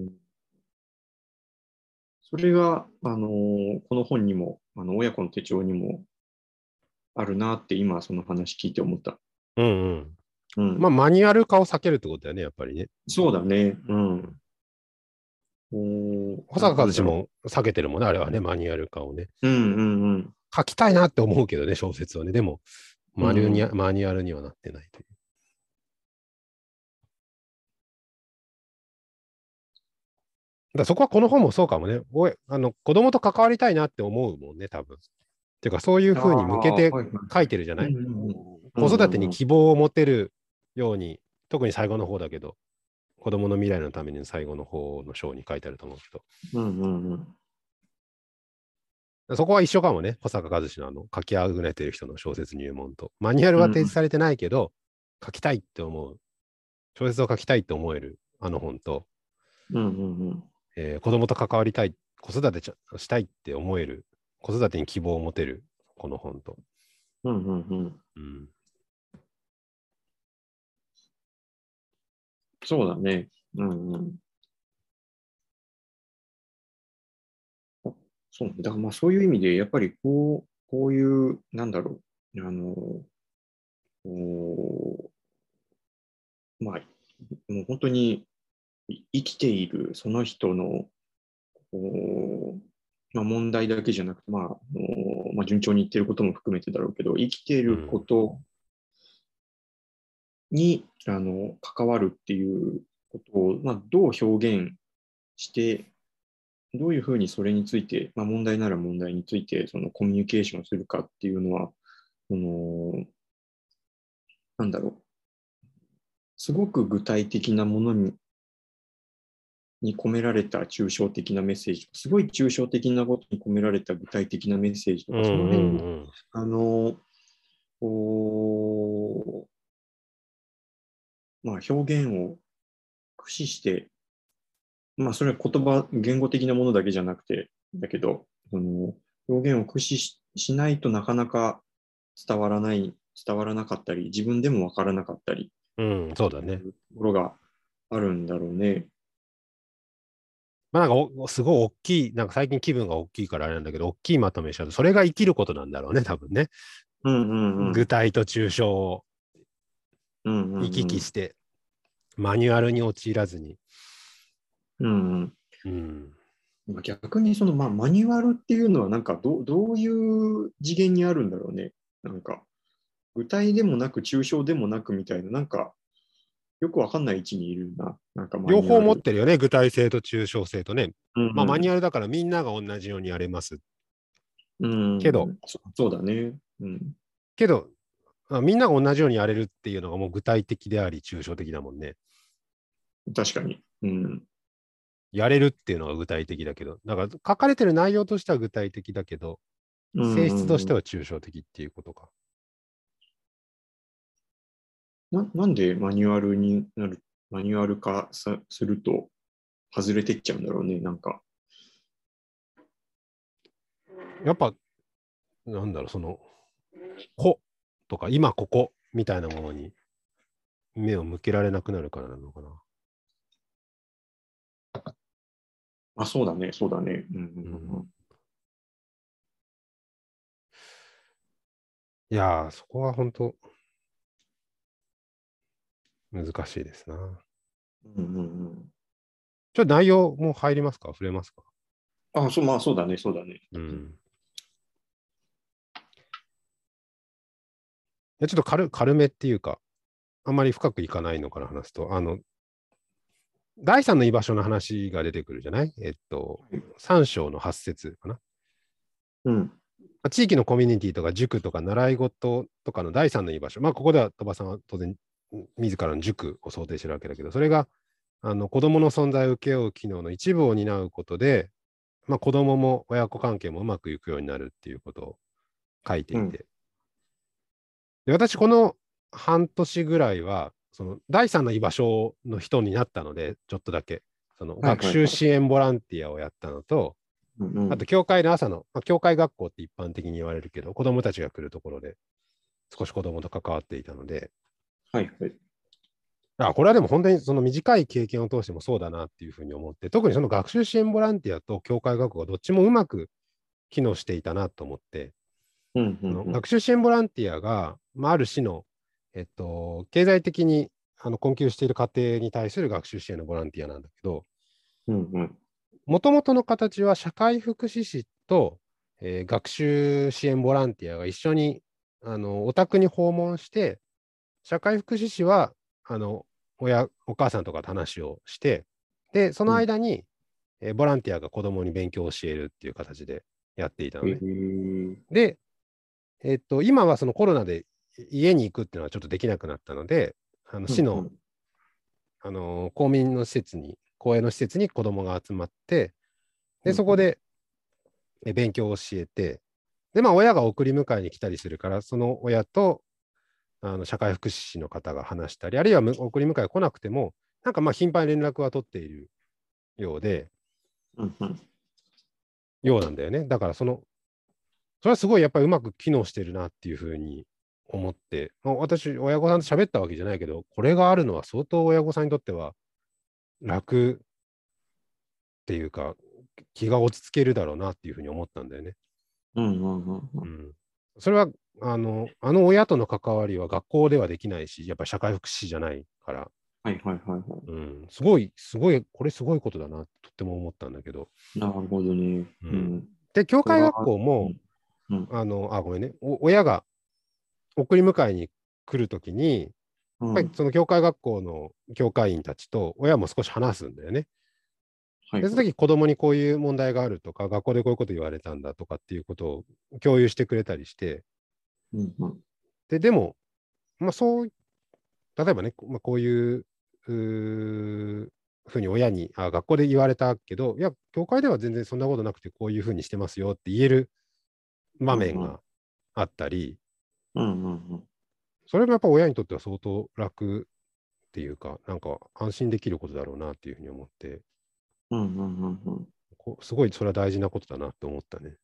それが、あのーこの本にも、あの親子の手帳にもあるなって今その話聞いて思った。 うんうん。 うん。 まあ、マニュアル化を避けるってことだよね、やっぱりね。 そうだね。うん。おーな、 保坂なんだろ和志も避けてるもんね、あれはね、マニュアル化をね。 う。うんうんうん。 書きたいなって思うけどね、小説をね。でも、マニュにうん。 マニュアルにはなってないという。だからそこはこの本もそうかもね。おいあの子供と関わりたいなって思うもんね、多分。っていうか、そういうあふうに向けあ、 てはいはいはい。 書いてるじゃなうい？ んうんうん。う子育てんうんうん。 に希望を持てるように、特に最後の方だけど、子供の未来のために最後の方の章に書いてあると思うけうんうんうん。 ど、そこは一緒かもね、保坂和志のあの書きあぐねてる人の小説入門と。マニュアルは提示されてないけど、書きたいって思う、小説を書きたいって思えるあの本と、 うんうんうん。 えー子供と関わりたい、子育てちゃしたいって思える、子育てに希望を持てるこの本と。 うんうんうん。 うん、 そうだね。うんうん。そうね。だからまあそういう意味で、やっぱりこう、こういう、なんだろう。あの、おまあ、もう本当に生きているその人の、おまあ、問題だけじゃなくて、まあ、あのまあ、順調にいってることも含めてだろうけど、生きているこうん、 とにあの関わるっていうことを、まあ、どう表現して、どういうふうにそれについて、まあ、問題なら問題についてそのコミュニケーションするかっていうのは、そのなんだろう、すごく具体的なものにに込められた抽象的なメッセージとか、すごい抽象的なことに込められた具体的なメッセージとか、そのうん、う辺の、 ん、 あの、おまあ、表現を駆使して、まあ、それは言葉、言語的なものだけじゃなくて、だけど、その表現を駆使し、しないとなかなか伝わらない、伝わらなかったり、自分でもわからなかったりうん、うん、そうだね。 いうところがあるんだろうね。 まあなんかおすごい大きい、なんか最近気分が大きいからあれなんだけど、大きいまとめしちゃうと、それが生きることなんだろうね、多分ね。 うんうんうん。 具体と抽象をうんう行きんうん。 来して、マニュアルに陥らずに。 うんうん。 うん。 まあ逆にその、まあ、マニュアルっていうのはなんかどどういう次元にあるんだろうね。なんか具体でもなく抽象でもなくみたいな、なんかよくわかんない位置にいるな。なんかマ両方ニュアル。 持ってるよね、具体性と抽象性とね。 うまあマニュん。 アルだからみんなが同じようにやれます。 うけど、 ん。そ、そうだね。うん。 けど、あみんなが同じようにやれるっていうのがもう具体的であり抽象的だもんね。 確かに。うん。 やれるっていうのが具体的だけど、だから書かれてる内容としては具体的だけど、 う性質としん。うんては抽象的っていうことか。 な、なんでマニュアルになる、マニュアル化さすると外れてっちゃうんだろうね。なんか。 やっぱ、なんだろう、その、こ、とか、今ここみたいなものに目を向けられなくなるからなのかな。 あ、そうだね。そうだね。うんうんうんううん、 ん。 いやー、そこは本当難しいですな。 うんうんうん。 ちょっと内容も入りますか？触れますか？ あ、そう、まあそうだね。そうだね。 うん。ちょっと軽軽めっていうか、あんまり深くいかないのから話すと、あの、第三の居場所の話が出てくるじゃない？えっと、三章の八節かな。 うん。 地域のコミュニティとか塾とか習い事とかの第三の居場所、まあ、ここでは鳥羽さんは当然自らの塾を想定してるわけだけど、それがあの子どもの存在を請け負う機能の一部を担うことで、まあ、子どもも親子関係もうまくいくようになるっていうことを書いていて、うん、で私この半年ぐらいはその第三の居場所の人になったので、ちょっとだけその学習支援ボランティアをやったのと、 はいはいはい、 あと教会の朝の、まあ、教会学校って一般的に言われるけど、子どもたちが来るところで少し子どもと関わっていたので、 はいはい、 あ、これはでも本当にその短い経験を通してもそうだなっていうふうに思って、特にその学習支援ボランティアと教会学校がどっちもうまく機能していたなと思って、 うんうんうん、 その学習支援ボランティアが、まあ、ある種の、えっと、経済的にあの困窮している家庭に対する学習支援のボランティアなんだけど、もともとの形は社会福祉士と、えー、学習支援ボランティアが一緒にあのお宅に訪問して、社会福祉士はあの親、お母さんとかと話をして、で、その間に、うん、えボランティアが子供に勉強を教えるっていう形でやっていたのね。 えー、 で、えっと、今はそのコロナで家に行くっていうのはちょっとできなくなったので、あの市の、うんうん、あの公民の施設に、公営の施設に子供が集まって、で、そこで勉強を教えて、で、まあ、親が送り迎えに来たりするから、その親とあの社会福祉士の方が話したり、あるいは送り迎え来なくても、なんかまあ頻繁に連絡は取っているようで、 うんうん、 ようなんだよね。だからその、それはすごいやっぱりうまく機能してるなっていうふうに思って、まあ、私、親御さんと喋ったわけじゃないけど、これがあるのは相当親御さんにとっては楽っていうか、気が落ち着けるだろうなっていうふうに思ったんだよね。 うんうんうんうん、 それはあの、あの親との関わりは学校ではできないし、やっぱり社会福祉士じゃないから、 はいはいはいはい。 うん、すごい、すごい、これすごいことだな、とっても思ったんだけど。 なるほどね。 うんうん、 で、教会学校も、 うんうん、 あの、あ、ごめんね、親が送り迎えに来るときに、やっぱりその教会学校の教会員たちと親も少し話すんだよね。で、その時子供にこういう問題があるとか、学校でこういうこと言われたんだとかっていうことを共有してくれたりして、 うんうん、 で、でも、まあそう、例えばね、まあ、こういうふうに親にあ、学校で言われたけど、いや、教会では全然そんなことなくて、こういうふうにしてますよって言える場面があったり、 うんうんうん、 それがやっぱ親にとっては相当楽っていうか、なんか安心できることだろうなっていうふうに思って、 うんうんうんうん、 こすごいそれは大事なことだなって思ったね。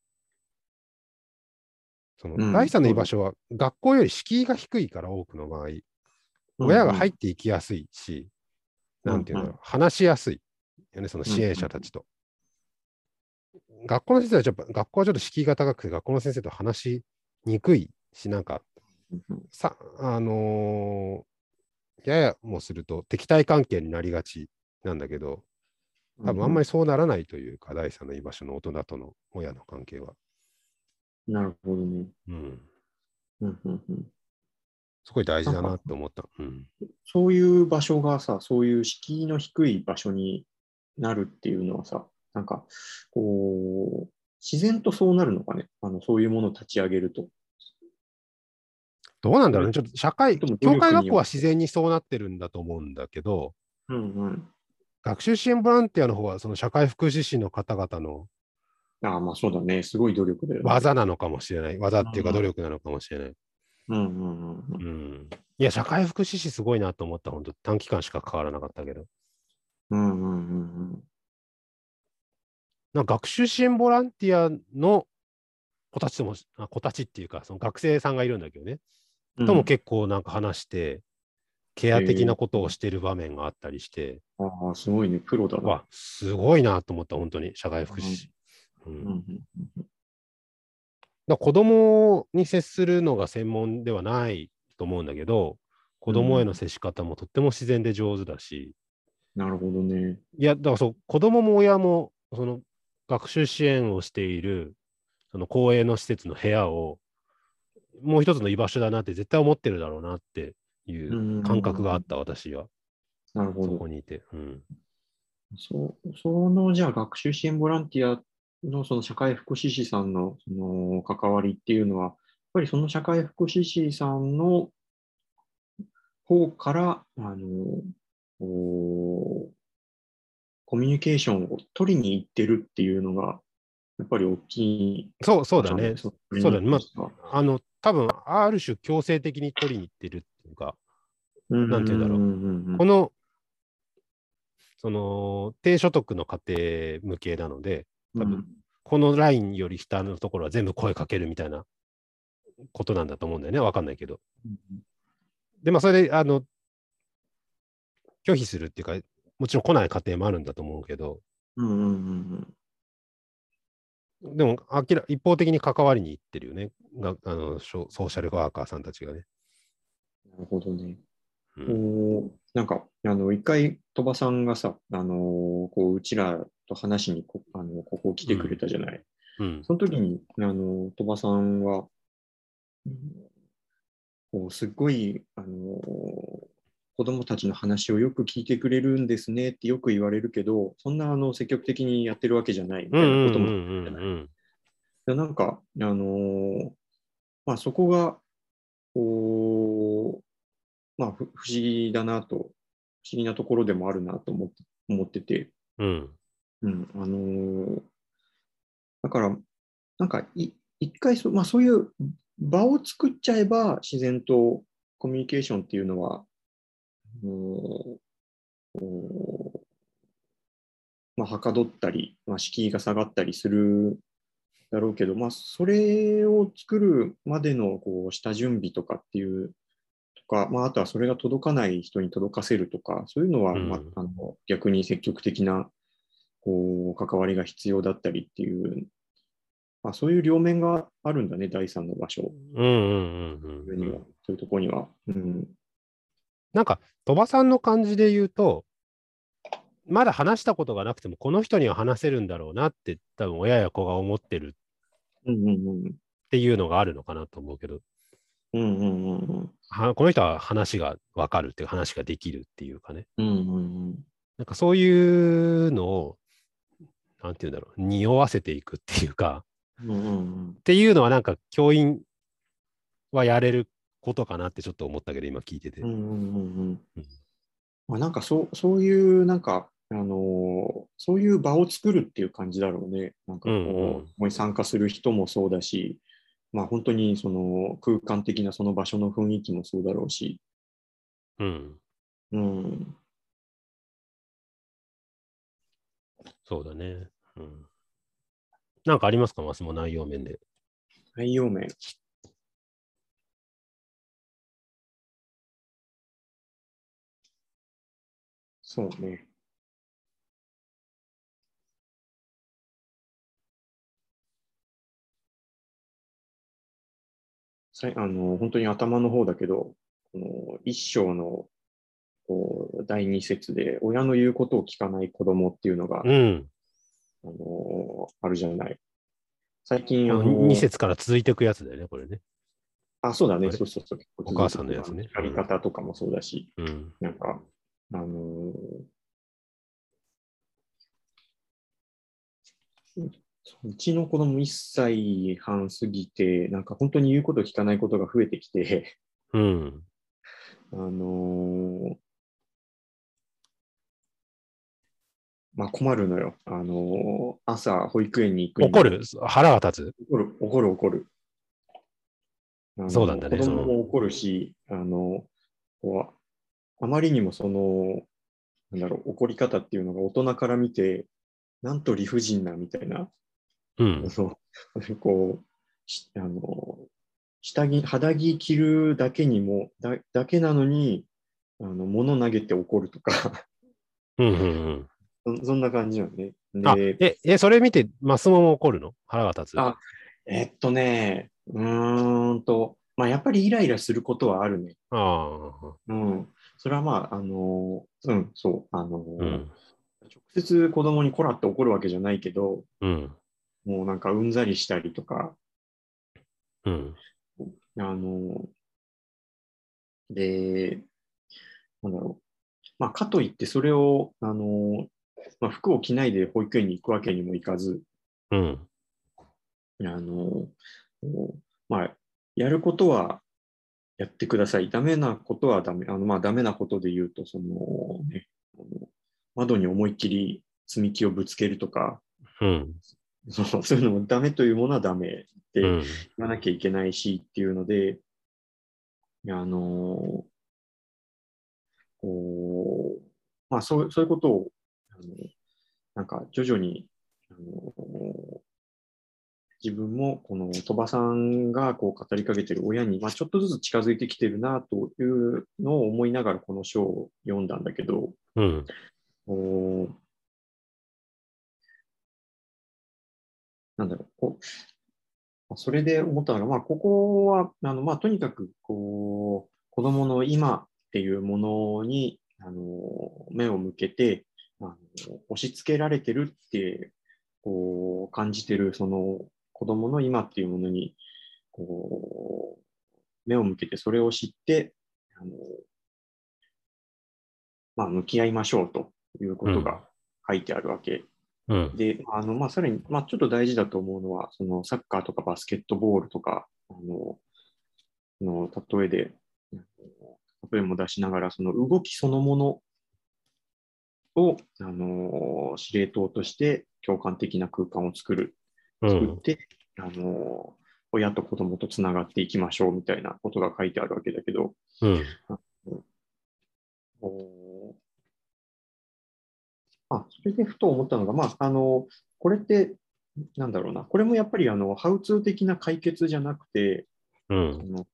そのうん、 第三の居場所は学校より敷居が低いから多くの場合、親が入っていきやすいし、 うんうん、 なんていうんだろう、話しやすいよね、その支援者たちと。うんうん、学校の先生はちょっと、学校はちょっと敷居が高くて、学校の先生と話しにくいし、なんか、さ、あのー、ややもすると敵対関係になりがちなんだけど、多分あんまりそうならないというか、第三の居場所の大人との親の関係は。 なるほどね。 うん。 うんうんうん、 すごい大事だななんか、 って思った。うん。 そういう場所がさ、そういう敷居の低い場所になるっていうのはさ、なんか、こう、自然とそうなるのかね。あの、そういうものを立ち上げると。 どうなんだろうね。 それとちょっと社会、 も努教会学校は力によって。 自然にそうなってるんだと思うんだけど、 うんうん。 学習支援ボランティアの方は、その社会福祉士の方々のああ、まあそうだね。すごい努力だよね。 技なのかもしれない。技っていうか努うん力なのかもしれない。 うんうんうんうん。 うん。いや、社会福祉士すごいなと思った。本当短期間しか関わらなかったけど。 うんうんうんうん。 なんか学習支援ボランティアの子たちとも、あ子たちっていうか、その学生さんがいるんだけどね。とも結構なんか話して、ケア的なことをしている場面があったりして、 えー、ああ、すごいね。プロだな。 わ、すごいなと思った、本当に、社会福祉士。うん、 うんうんだ子供に接するのが専門ではないと思うんだけど、子供への接し方もとっても自然で上手だし、 なるほどね。 いや、だからそう、子供も親も、その学習支援をしている、その公営の施設の部屋を、もう一つの居場所だなって絶対思ってるだろうなっていう感覚があった、私は。そなるほど。 こにいて。うん。 そう、その、じゃあ学習支援ボランティアのその社会福祉士さんのその関わりっていうのは、やっぱりその社会福祉士さんの方から、あの、おコミュニケーションを取りに行ってるっていうのが、やっぱり大きいそう、そう場所なんだね。 ですよ、クリそうだね。まニックとしては。 あ、あの、多分ある種強制的に取りに行ってるっていうか、 うんうんなんて言うんだろう。 うんうんこの、その、低所得の家庭向けなので、多分、 うん。 このラインより下のところは全部声かけるみたいなことなんだと思うんだよね。わかんないけど。で、まあ、それで、あの、拒否するっていうか、もちろん来ない家庭もあるんだと思うけど、 うんうんうんうんでも、明ら一方的に関わりに行ってるよね。があのソーシャルワーカーさんたちがね。 なるほどね。 うん。 こう、なんか、あの、一回、鳥羽さんがさ、あの、こう、うちらと話しにこ、あの、ここ来てくれうん。 たじゃない。 うん。 その時に、あの、鳥羽さんは、うんこう、すっごい、あの、子供たちの話をよく聞いてくれるんですねってよく言われるけど、そんな、あの、積極的にやってるわけじゃないみうんうたいなこともんうんじゃない。 うんでなんか、あの、まあ、そこが、こう、まあ、ふ不思議だなと、不思議なところでもあるなと思って、思ってて、 うん。うん。 うん、あのーだから、なんかい、一回そ、まあ、そういう場を作っちゃえば、自然とコミュニケーションっていうのは、うんこうまあ、はかどったり、まあ、敷居が下がったりするだろうけど、まあ、それを作るまでのこう下準備とかっていうとか、まあ、あとはそれが届かない人に届かせるとか、そういうのは、まあ、あの逆に積極的なこう関わりが必要だったりっていう、まあ、そういう両面があるんだね、第三の場所うんうんうんには、 うん。 そういうところには。うん。 なんか、鳥羽さんの感じで言うと、まだ話したことがなくても、この人には話せるんだろうなって、多分親や子が思ってるうんうんっていうのがあるのかなと思うけど、 うん。うんうんうんうん。 はこの人は話がわかるっていうか、話ができるっていうかね。 うんうんうん。 なんかそういうのを、なんていうんだろう、匂わせていくっていうか、 うんうんっていうのはなんか教員はやれることかなってちょっと思ったけど、今聞いてて。 うんうんうんうん。 うん。 まあ、なんかそう、そういう、なんか、あのーそういう場を作るっていう感じだろうね。なんかうんうこう、 ん。 ここに参加する人もそうだし、まあ本当にその空間的なその場所の雰囲気もそうだろうし、 うん。 うん、 そうだね。うん。なんかありますか、マスも内容面で。 内容面。そうね。さいあの、本当に頭の方だけど、この一章のこうだいに節で、親の言うことを聞かない子供っていうのが、 うん。 あの、あるじゃない。最近、 このにあの、 節から続いていくやつだよね、これね。 あ、そうだね。 あれそうそうそう。結構お母続いてくる。あの、 さんのやつね。う叱りん。 方とかもそうだし、 うん。 なんか、あのうちの子供いっさいはん過ぎて、なんか本当に言うこと聞かないことが増えてきて、 うん。 あのーまあ困るのよ。あのー朝保育園に行くに怒るも、 腹が立つ怒る、怒る、怒る。あの、 そうなんだね。そ子供の、 も怒るし、あの、こう、あまりにもその、なんだろう、怒り方っていうのが大人から見て、なんと理不尽なみたいな、 うん。 そのこう、しあの、下着、肌着着るだけにも、だ、だけなのに、あの、物投げて怒るとかうんうんうん。 そ、そんな感じなのね。 あ、 で、 え、え、それ見て、マスモも怒るの腹が立つあ、えっとね、うーんと、まあ、やっぱりイライラすることはあるね。 ああ。 うん。それはまあ、あの、うん、そう、あの、 うん。 直接子供にこらって怒るわけじゃないけど、 うん。 もうなんかうんざりしたりとか、 うん。 あの、で、なんだろう。まあ、かといってそれを、あの、まあ、服を着ないで保育園に行くわけにもいかず、 うん。 あの、まあ、やることはやってください。ダメなことはダメ。あの、まあ、ダメなことで言うと、そのね、あの窓に思いっきり積み木をぶつけるとか、 うん。 そう、そういうのもダメというものはダメってうん。 言わなきゃいけないしっていうので、あの、こう、まあ、そう、そういうことを、あの、なんか徐々に、あの、自分もこの鳥羽さんがこう語りかけてる親に、まあ、ちょっとずつ近づいてきてるなというのを思いながらこの書を読んだんだけど、 うん。 おなんだろう、こうそれで思ったのが、まあ、ここは、あのまあ、とにかくこう子供の今っていうものにあの目を向けてあの押し付けられてるってこう感じてるその子供の今っていうものにこう目を向けてそれを知ってあの、まあ、向き合いましょうというこうん。 とが書いてあるわけうん。 で、あの、まあ、さらに、まあ、ちょっと大事だと思うのは、そのサッカーとかバスケットボールとか、あの、の例えで、例えも出しながら、その動きそのものを、あの、司令塔として共感的な空間を作る、 うん。 作って、あの、親と子供とつながっていきましょうみたいなことが書いてあるわけだけど、 うん。 あのあ、それでふと思ったのが、まあ、あの、これって、なんだろうな、これもやっぱり、あの、ハウツー的な解決じゃなくて、 うん。 その、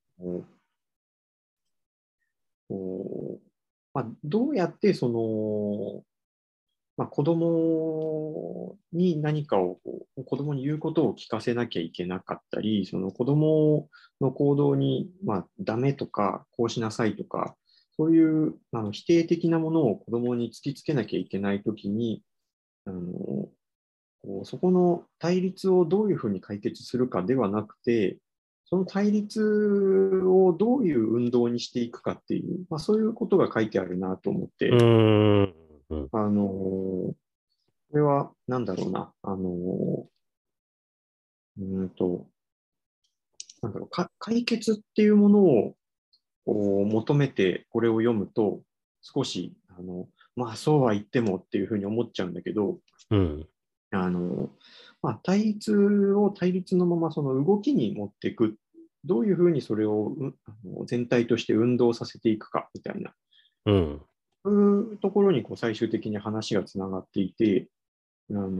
こうまあ、どうやってその、まあ、子供に何かをこう、子供に言うことを聞かせなきゃいけなかったり、その子供の行動に、まあ、ダメとか、こうしなさいとか、そういうあの否定的なものを子供に突きつけなきゃいけないときに、あのこうそこの対立をどういうふうに解決するかではなくて、その対立をどういう運動にしていくかっていう、まあ、そういうことが書いてあるなと思っうて、 ん。うん。 あのこれはなんだろうな、あのうんと、なんだろうか、解決っていうものをこう求めてこれを読むと、少し、あの、まあそうは言ってもっていうふうに思っちゃうんだけど、 うん。 あの、まあ、対立を対立のままその動きに持っていく。どういうふうにそれをうあの全体として運動させていくかみたいな、 うん。 そういうところにこう最終的に話がつながっていて、あの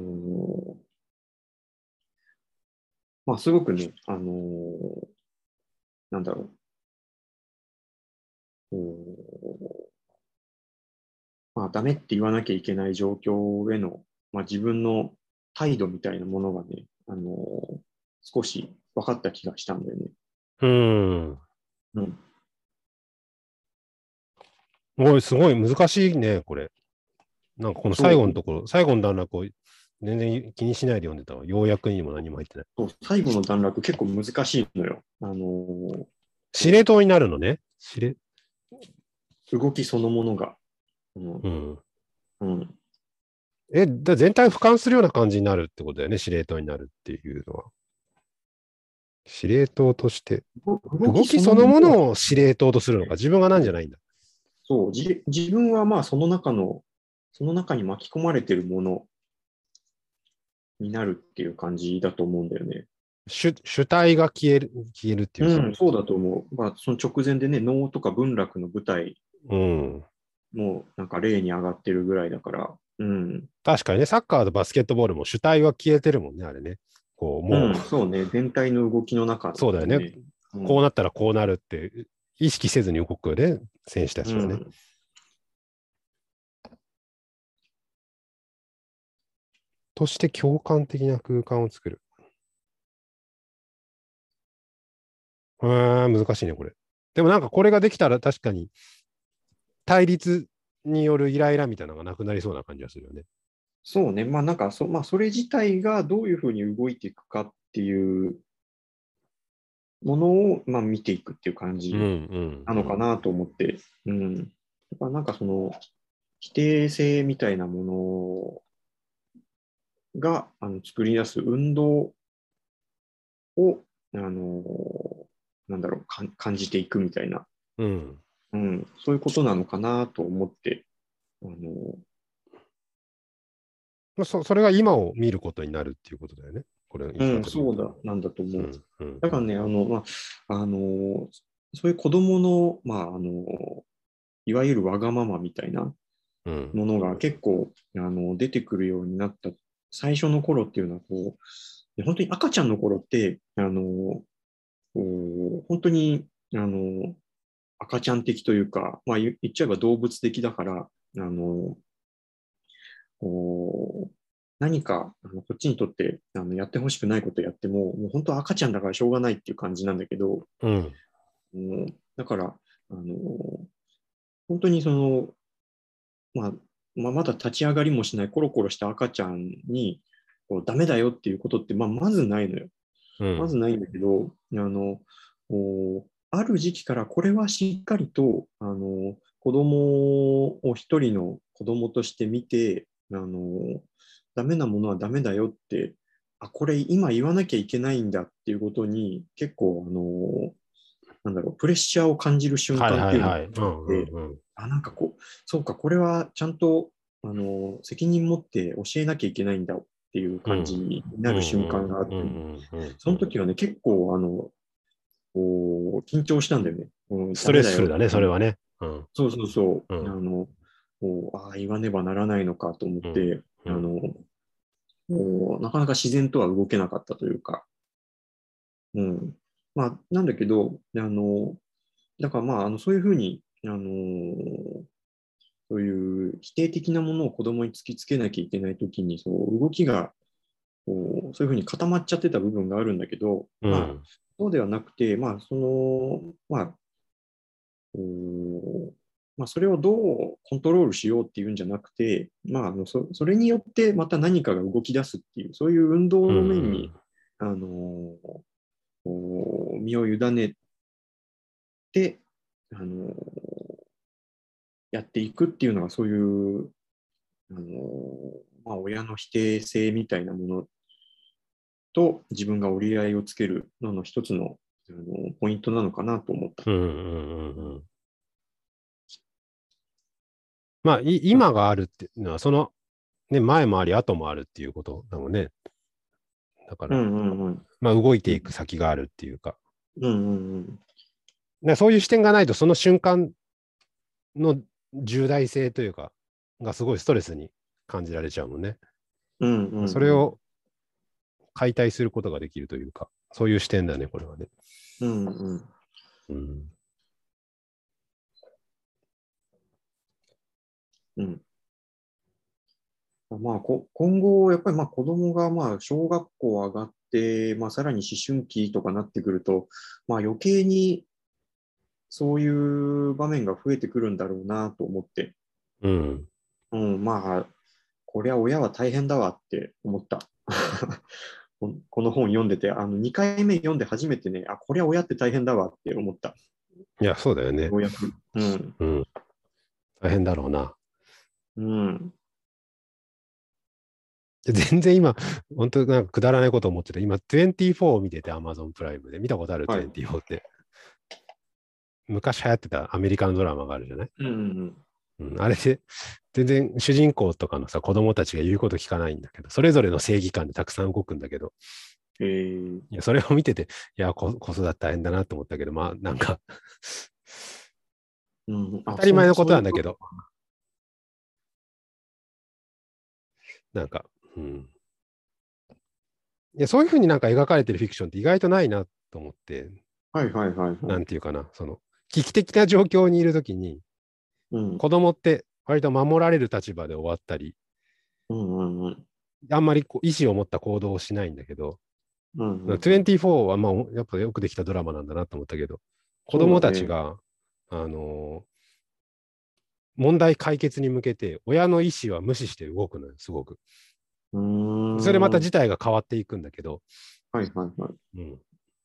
まあ、すごくね、あのなんだろう、こうまあ、ダメって言わなきゃいけない状況への、まあ、自分の態度みたいなものがね、あの少し分かった気がしたんだよね。 うん。 うん。 おい、すごい難しいね、これ。なんかこの最そう、 後のところ、最後の段落を全然気にしないで読んでたわ。要約にも何も入ってない。 そう最後の段落結構難しいのよ。あのーこ司令塔になるのね。司令。 う動きそのものが。うん。 うん。 うん。 え、だ全体を俯瞰するような感じになるってことだよね、司令塔になるっていうのは。司令塔として。 動動きそ動きそののものを、 ものを司令塔とするのか、自分がなんじゃないんだ。 そう、じ、自分はまあその中の、その中に巻き込まれてるものになるっていう感じだと思うんだよね。 主主体が消える、消えるっていうか。 うん、そうだと思う。まあその直前でね、能とか文楽の舞台うん。 もなんか例に上がってるぐらいだから、うん。 確かにね、サッカーとバスケットボールも主体は消えてるもんね、あれね。こう、もう、 うん、そうね。全体の動きの中そうだよね。 のね。うん。 こうなったらこうなるって意識せずに動くよね、選手たちはね。 うん。 として共感的な空間を作る。あー難しいね、これ。でもなんかこれができたら確かに対立によるイライラみたいなのがなくなりそうな感じがするよね。 そうね。まあなんかそ、まあそれ自体がどういうふうに動いていくかっていうものを、まあ、見ていくっていう感うんうじんなのかうん。 なと思って、うん。だからなんかその否定性みたいなもがあの作り出す運動を、あのなんだろうか感じていくみたいな、 うんうん、そういうことなのかなと思って、あのそ、それが今を見ることになるっていうことだよね。これの言いうん、 方で言うと。 そうだ、なんだと思う。 うんうんだからね、あの、まあ、あのそういう子供の、まあ、あのいわゆるわがままみたいなうんものが結構、あの出てくるようになった最初の頃っていうのは、こう、本当に赤ちゃんの頃って、あのこう本当に、あの赤ちゃん的というか、まあ、言っちゃえば動物的だから、あのこう何かあのこっちにとってあのやってほしくないことをやっても、もう本当は赤ちゃんだからしょうがないっていう感じなんだけど、 うんもうだから、あの本当にその、まあ、まあ、まだ立ち上がりもしないコロコロした赤ちゃんに、こうダメだよっていうことって、まあ、まずないのよ。 うんまずないんだけど、あの、ある時期からこれはしっかりと、あの、子供を一人の子供として見て、あの、ダメなものはダメだよって、あ、これ今言わなきゃいけないんだっていうことに、結構、あの、なんだろう、プレッシャーを感じる瞬はい間っていうのがはいはい。うんうあって、 んうん。 あ、なんかこう、そうか、これはちゃんと、あの、責任持って教えなきゃいけないんだっていう感じうんにうなる瞬間んうんうがあって、 んうんうん。 その時はね、結構、あの、こう緊張したんだよね。もうストレダメだスフルだね、 よっていう。 それはね。うん。 そうそうそう。あうんの、こうああ、言わねばならないのかと思っうんて、あうんの、こうなかなか自然とは動けなかったというか、うん。まあ、なんだけど、あの、だからまあ、あのそういうふうに、あの、そういう否定的なものを子供に突きつけなきゃいけないときに、そう動きがこうそういうふうに固まっちゃってた部分があるんだけど、まあ、 うんそうではなくて、まあ、その、まあ、こうまあ、それをどうコントロールしようっていうんじゃなくて、まあ、あのそそれによってまた何かが動き出すっていう、そういう運動うんの面に、 うんあのこう身を委ねて、あのやっていくっていうのが、そういう、あのまあ、親の否定性みたいなものと自分が折り合いをつけるのの一つの、あのポイントなのかなと思った。 うんうんうんうん。まあ、い今があるっていうのは、その、ね、前もあり、後もあるっていうことだもんね。だから、 うんうんうん。 まあ、動いていくうん先があるっていうか、 うんうんうん。 ね、そういう視点がないと、その瞬間の重大性というか、がすごいストレスに感じられちゃうもんね。 うんうんうん。 それを解体することができるというか、そういう視点だね、これはね。 うんうん。 うん。 うん。まあ、こ今後、やっぱりまあ子供がまあ小学校上がって、まあ、さらに思春期とかなってくると、まあ、余計にそういう場面が増えてくるんだろうなと思って、 うん。 うん、まあ、こりゃ親は大変だわって思った。ここの本読んでて、あのにかいめ読んで初めてね、あ、こりゃ親って大変だわって思った。 いや、そうだよね。 ようやく。うん。 うん。大変だろうな。 うん。 で全然今、本当なんかくだらないこと思ってた。今、にじゅうよんを見てて、Amazon プライムで。見たことあるはい。 にじゅうよんって。昔流行ってたアメリカのドラマがあるじゃない、 うんうんうん、あれで、全然主人公とかのさ、子供たちが言うこと聞かないんだけど、それぞれの正義感でたくさん動くんだけど、 えー、 いや、それを見てて、いや、子子育て大変だなと思ったけど、まあ、なんかうん、あ、そう、 当たり前のこそういうこと。 となんだけど、なんか、うん。いや、そういうふうになんか描かれてるフィクションって意外とないなと思って、 はいはいはいはない。 んていうかな、その、危機的な状況にいるときに、 うん、 子供って割と守られる立場で終わったり、 うんうんうん。 あんまりこう意思を持った行動をしないんだけど、 うんうんうん。 にじゅうよんはまあやっぱよくできたドラマなんだなと思ったけど、子供そうだね。 たちが、あのー問題解決に向けて親の意思は無視して動くのよ、すごく。 うーそれでまたん。 事態が変わっていくんだけど、 はいはいはい。 うん、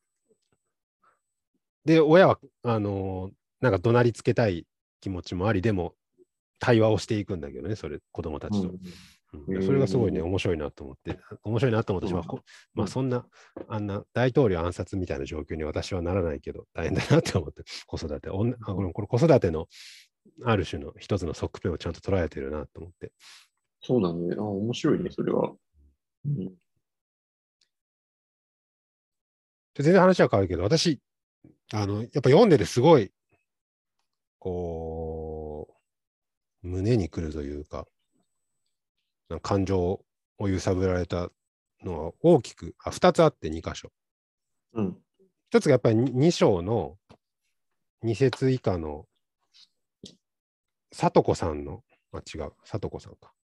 で、親は、あのーなんか怒鳴りつけたい気持ちもあり、でも対話をしていくんだけどね、それ、子供たちと。 うんうん、それがすごいね、面白いなと思って、面白いなと思ってしまう。まあ、そんな、あんな大統領暗殺みたいな状況に私はならないけど、大変だなって思って、子育て、女あこれこれ子育てのある種の一つの側面をちゃんと捉えてるなと思って。 そうなのね。あ、面白いね、それは。うん、 全然話は変わるけど、私、あの、やっぱ読んでてすごい、こう、胸にくるというか、感情を揺さぶられたのは大きく、あ、ふたつあってに箇所。 うん。 一つがやっぱりに章のに節以下のさとこさんの、あ、違う、さとこさんか。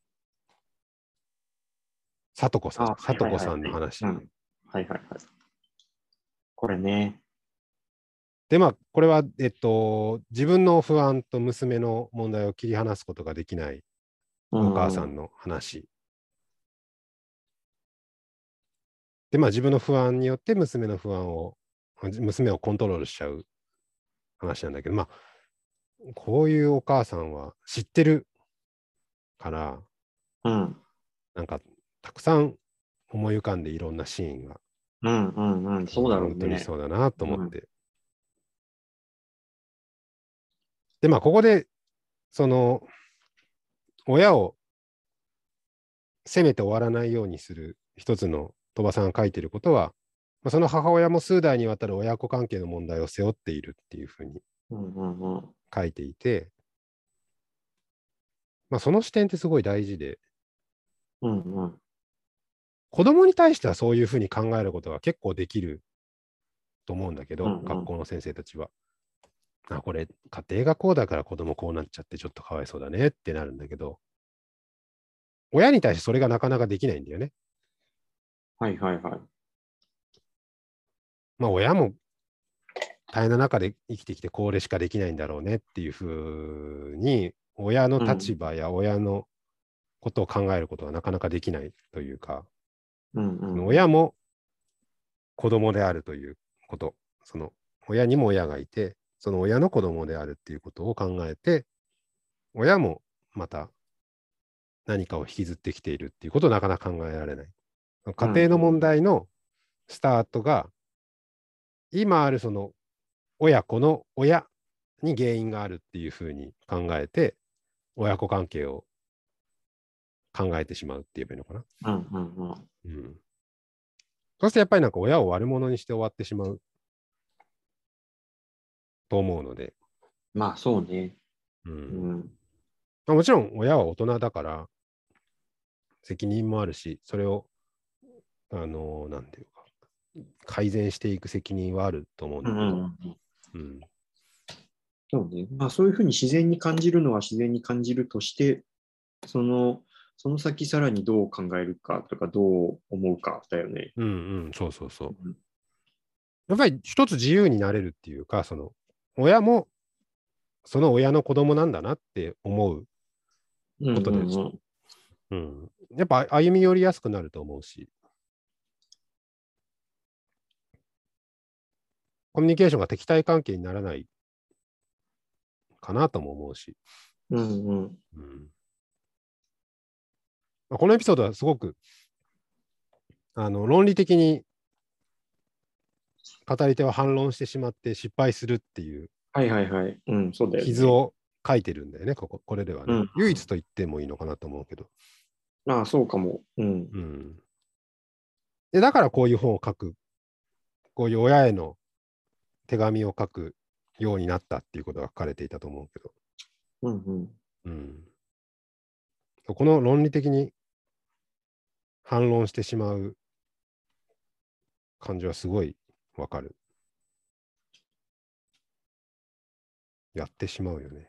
さとこさん、 あ、 さとこさんはいはいはい。うの話。 ん。はいはいはい。これね。 で、まあ、これは、えっと、自分の不安と娘の問題を切り離すことができないお母さんの話。で、まあ、自分の不安によって娘の不安を、娘をコントロールしちゃう話なんだけど、まあ、こういうお母さんは知ってるから、 うん。 なんか、たくさん思い浮かんでいろんなシーンが、 うんうんうん。そうだろう本当にね。 そうだなと思っうん。 て。で、まあ、ここで、その、親を責めて終わらないようにする一つの鳥羽さんが書いていることは、まあ、その母親も数代にわたる親子関係の問題を背負っているっていうふうにうんうんうん。 書いていて、まあ、その視点ってすごい大事で、 うんうん。 子供に対してはそういうふうに考えることが結構できると思うんだけど、 うんうん。 学校の先生たちは。あ、これ、家庭がこうだから子供こうなっちゃってちょっとかわいそうだねってなるんだけど、親に対してそれがなかなかできないんだよね。 はいはいはい。 まあ、親も大変な中で生きてきてこれしかできないんだろうねっていうふうに、親の立場や親のことを考えることはなかなかできないというか、 うんうんうん。 親も子供であるということ、その親にも親がいて、その親の子供であるっていうことを考えて、親もまた何かを引きずってきているっていうことをなかなか考えられない。家庭の問題のスタートが、今あるその親子の親に原因があるっていうふうに考えて、親子関係を考えてしまうって言えばいいのかな。 うんうんうん。 うん。そしてやっぱりなんか親を悪者にして終わってしまうと思うので、 まあそうね。 うん。 うん。 まあ、もちろん親は大人だから責任もあるし、それを、あのーなんていうか、改善していく責任はあると思うんうんうんうだけど、 ん。 うん。 そうね。まあそういうふうに自然に感じるのは自然に感じるとして、その、その先さらにどう考えるかとかどう思うかだよね。 うんうん、そうそうそう。 うん。 やっぱり一つ自由になれるっていうか、その、親もその親の子供なんだなって思ううんことで、 うんうん。 うん。やっぱ歩み寄りやすくなると思うし、コミュニケーションが敵対関係にならないかなとも思うし、 うんうん。 うんまあ、このエピソードはすごくあの論理的に語り手は反論してしまって失敗するっていうはいはいはい。うん、そうだよね。 傷を書いてるんだよね、ここ、これではね。 うん。 唯一と言ってもいいのかなと思うけど。 ああ、そうかも。うん。 うん。で、だからこういう本を書く、こういう親への手紙を書くようになったっていうことが書かれていたと思うけど。 うんうん。 うん。この論理的に反論してしまう感じはすごいわかる。やってしまうよね。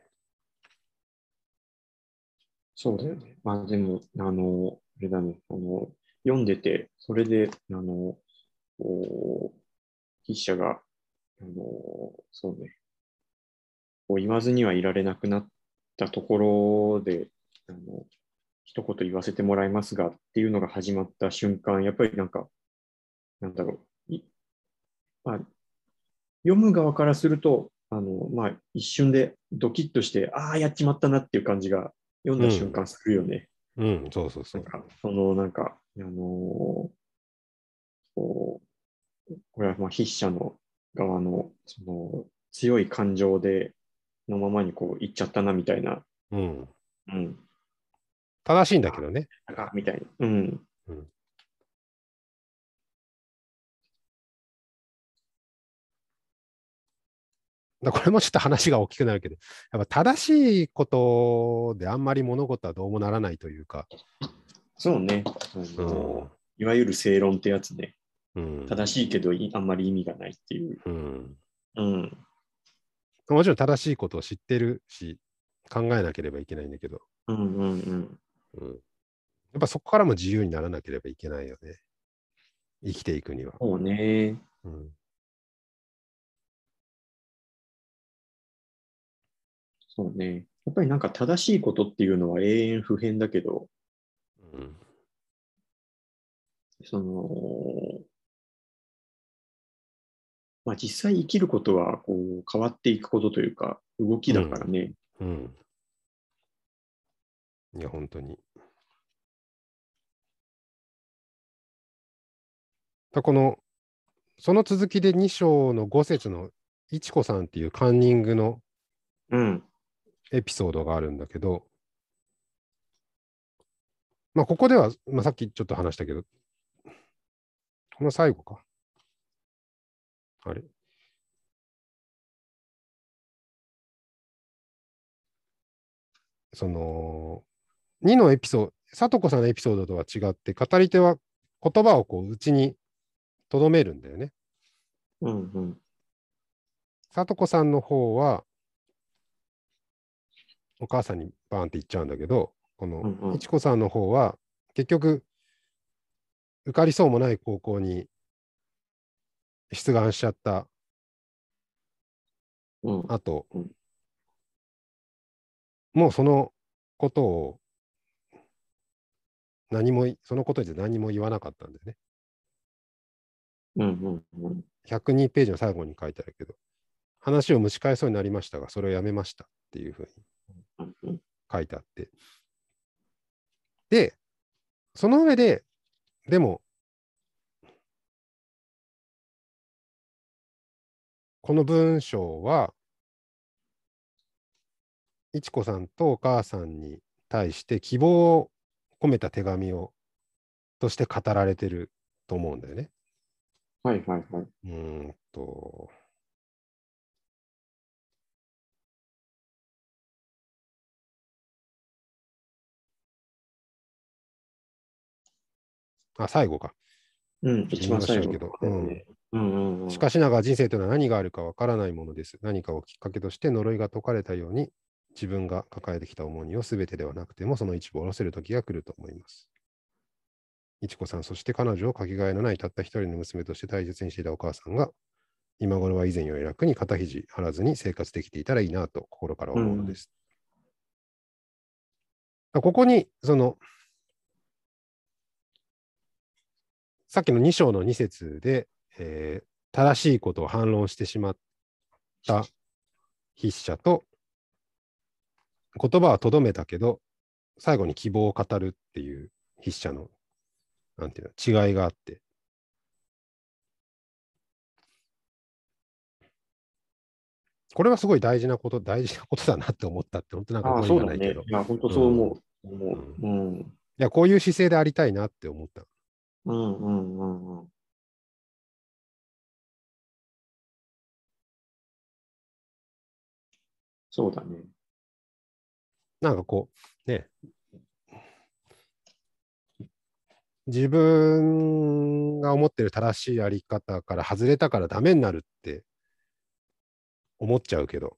そうだよね。まあでも、あの、あれだね。あの、読んでて、それで、あの、こう筆者が、あの、そうね、こう言わずにはいられなくなったところで、あの、一言言わせてもらいますがっていうのが始まった瞬間、やっぱりなんか、なんだろう、いまあ、読む側からすると、あの、まあ、一瞬でドキッとして、ああ、やっちまったなっていう感じが読んだ瞬うん。 間するよね。 うん、そうそうそう。 なんか、その、なんか、あのーこう、これはまあ筆者の側の、その、強い感情で、のままにこう、言っちゃったな、みたいな、 うん。 うん、 正しいんだけどね。 あ、みたいな、うん、 うん。だこれもちょっと話が大きくなるけど、やっぱ正しいことであんまり物事はどうもならないというか、 そうね、あうのん。 いわゆる正論ってやつね、 うん。 正しいけどいあんまり意味がないっていう、 うん。 うん、 もちろん正しいことを知ってるし、考えなければいけないんだけど、 うん、うん、うん、 うん。やっぱそこからも自由にならなければいけないよね。生きていくには。 そうね、 うん。 そうね。やっぱりなんか正しいことっていうのは永遠不変だけど、 うん。 その、まあ実際生きることはこう変わっていくことというか、動きだからうん。 ね。 うん。いや、本当に。だこの、その続きでに章のご節のいちこさんっていうカンニングのうん。 エピソードがあるんだけど、まあ、ここでは、まあ、さっきちょっと話したけど、この最後か。あれその、にのエピソード、さとこさんのエピソードとは違って、語り手は言葉をこう内に留めるんだよね。 うん。うん。 さとこさんの方は、お母さんにバーンって言っちゃうんだけど、このうん。うん。 いちこさんの方は、結局、受かりそうもない高校に出願しちゃったうん。 後、 うん。 もうそのことを何も、そのことで何も言わなかったんだよね。 うん。うん。 ひゃくにページの最後に書いてあるけど、話を蒸し返そうになりましたが、それをやめましたっていうふうにうん。 書いてあって。で、その上で、でも、この文章は、いちこさんとお母さんに対して希望を込めた手紙をとして語られてると思うんだよね。 はいはいはい。 うーんと、あ、最後か。 うん。 ちょっと見一番最後の逃したけど、うん。 方だよね。うんうんうん。 しかしながら人生というのは何があるかわからないものです。何かをきっかけとして呪いが解かれたように、自分が抱えてきた重荷を全てではなくても、その一部を下ろせる時が来ると思います。いちこさん、そして彼女をかけがえのないたった一人の娘として大切にしていたお母さんが、今頃は以前より楽に肩肘張らずに生活できていたらいいなと心からうん。 思うのです。ここに、その、さっきのに章のに節で、えー正しいことを反論してしまった筆者と、言葉はとどめたけど、最後に希望を語るっていう筆者の、なんていうの、違いがあって、これはすごい大事なこと、大事なことだなって思ったって、本当なんかああ、 語彙そうだね。 がないけど、 いや、本当うん、 そう思う。思うん。 う。うん。 いや、こういう姿勢でありたいなって思った。 うんうんうんうん。そうだね。 なんかこう、ね、自分が思ってる正しいあり方から外れたからダメになるって思っちゃうけど、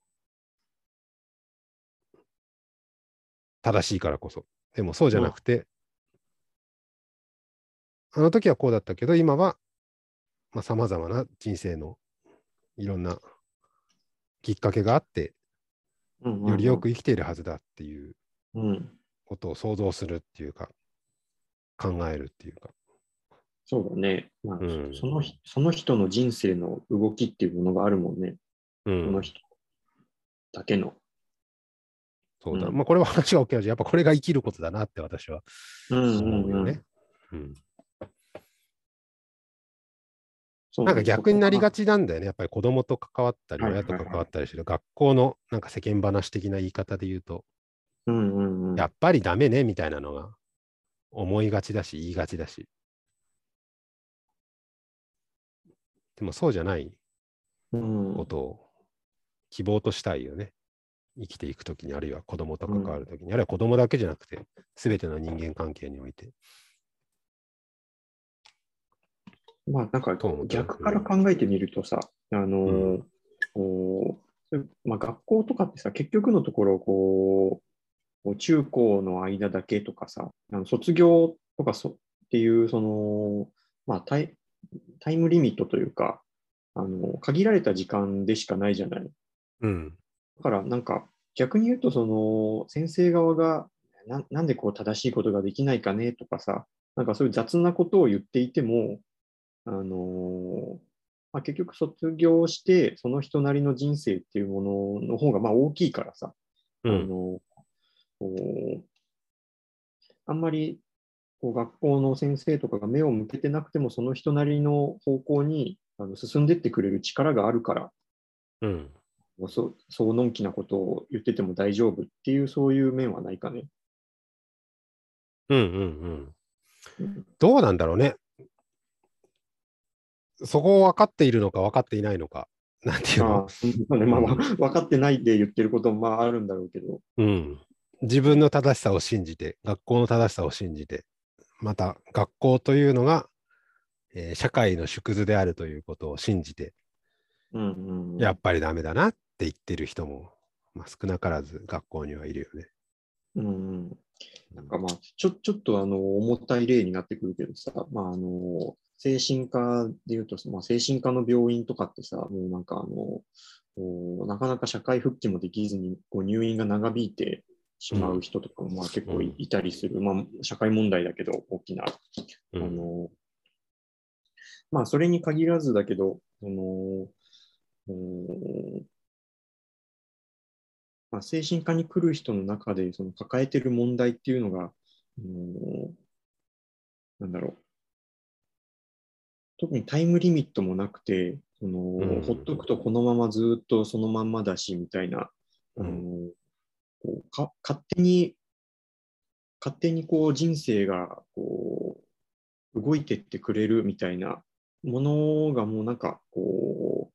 正しいからこそ。でもそうじゃうん。 なくて、あの時はこうだったけど、今はさまざ、まな人生のいろんなきっかけがあって、 うんうよりんうん。 よく生きているはずだっていううん。 ことを想像するっていうか、考えるっていうか。 そうだね。まあ、 うん。 その人、その人の人生の動きっていうものがあるもんね。 うん。 その人だけの。 そうだ。 うんまあ、これは話が大きいし、やっぱこれが生きることだなって私はうんうんうん。 思うよね。うん。なんかそうね、そこが。 逆になりがちなんだよね。やっぱり子供と関わったり、 はい親とはいはい。 関わったりする学校のなんか世間話的な言い方で言うと、 うんうんうん。 やっぱりダメねみたいなのが思いがちだし、言いがちだし。でもそうじゃないうん。 ことを希望としたいよね。生きていくときに、あるいは子供とうん。 関わるときに、あるいは子供だけじゃなくて、すべての人間関係において。 まあなんかと思ったな。 逆からうん。 考えてみるとさ、あうん。 の、こう、そういうまあ、学校とかってさ、結局のところ、こう、こう中高の間だけとかさ、あの卒業とかそっていう、その、まあタイ、タイムリミットというか、あの、限られた時間でしかないじゃない。 うん。 だからなんか逆に言うと、その先生側がな、なんでこう正しいことができないかねとかさ、なんかそういう雑なことを言っていても、あのまあ、結局卒業して、その人なりの人生っていうものの方がまあ大きいからさ、 うん。 あのこうあんまりこう学校の先生とかが目を向けてなくても、その人なりの方向にあの進んでってくれる力があるから、 うん。 そそうのんきなことを言ってても大丈夫っていう、そういう面はないかね。 うん。うん。うん。 うん、 どうなんだろうね。そこを分かっているのか分かっていないのか。なんていうの。 ああ、まあね、まあ、わうん。 分かってないで言ってることもまああるんだろうけど、 うん。自分の正しさを信じて、学校の正しさを信じて、また学校というのが、えー社会の縮図であるということを信じて、 うんうんうん。 やっぱりダメだなって言ってる人も、まあ、少なからず学校にはいるよね。 うんうん、 うん。 なんかまあ、ちょ、ちょっとあの、重たい例になってくるけどさ、まああの、精神科で言うと、まあ、精神科の病院とかってさ、もうなんかあの、こうなかなか社会復帰もできずに、こう入院が長引いてしまううん。 人とかもまあ結うん。 構いいたりする、まあ社会問題だけど大きな、 うん。 あの、まあそれに限らずだけど、あの、うんまあ、精神科に来る人の中でその抱えてる問題っていうのが、うんなんだろう、特にタイムリミットもなくて、そのうん。 ほっとくとこのままずっとそのまんまだしみたいな、あうん。 のこうか勝手に、勝手にこう人生がこう動いてってくれるみたいなものがもうなんかこ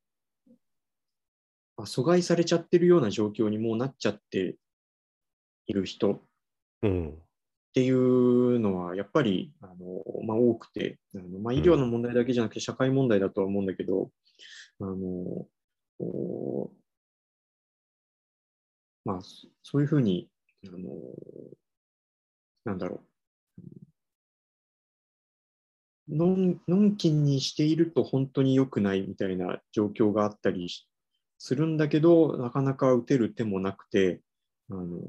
う、阻害されちゃってるような状況にもうなっちゃっている人っうん。 ていうのはやっぱりあの、まあ、多くて、あのまあ、医療のうん。 問題だけじゃなくて社会問題だとは思うんだけど、あのこうまあ、そういうふうに、あの、なんだろう、のん、のんきにしていると本当に良くないみたいな状況があったりするんだけど、なかなか打てる手もなくて、あの、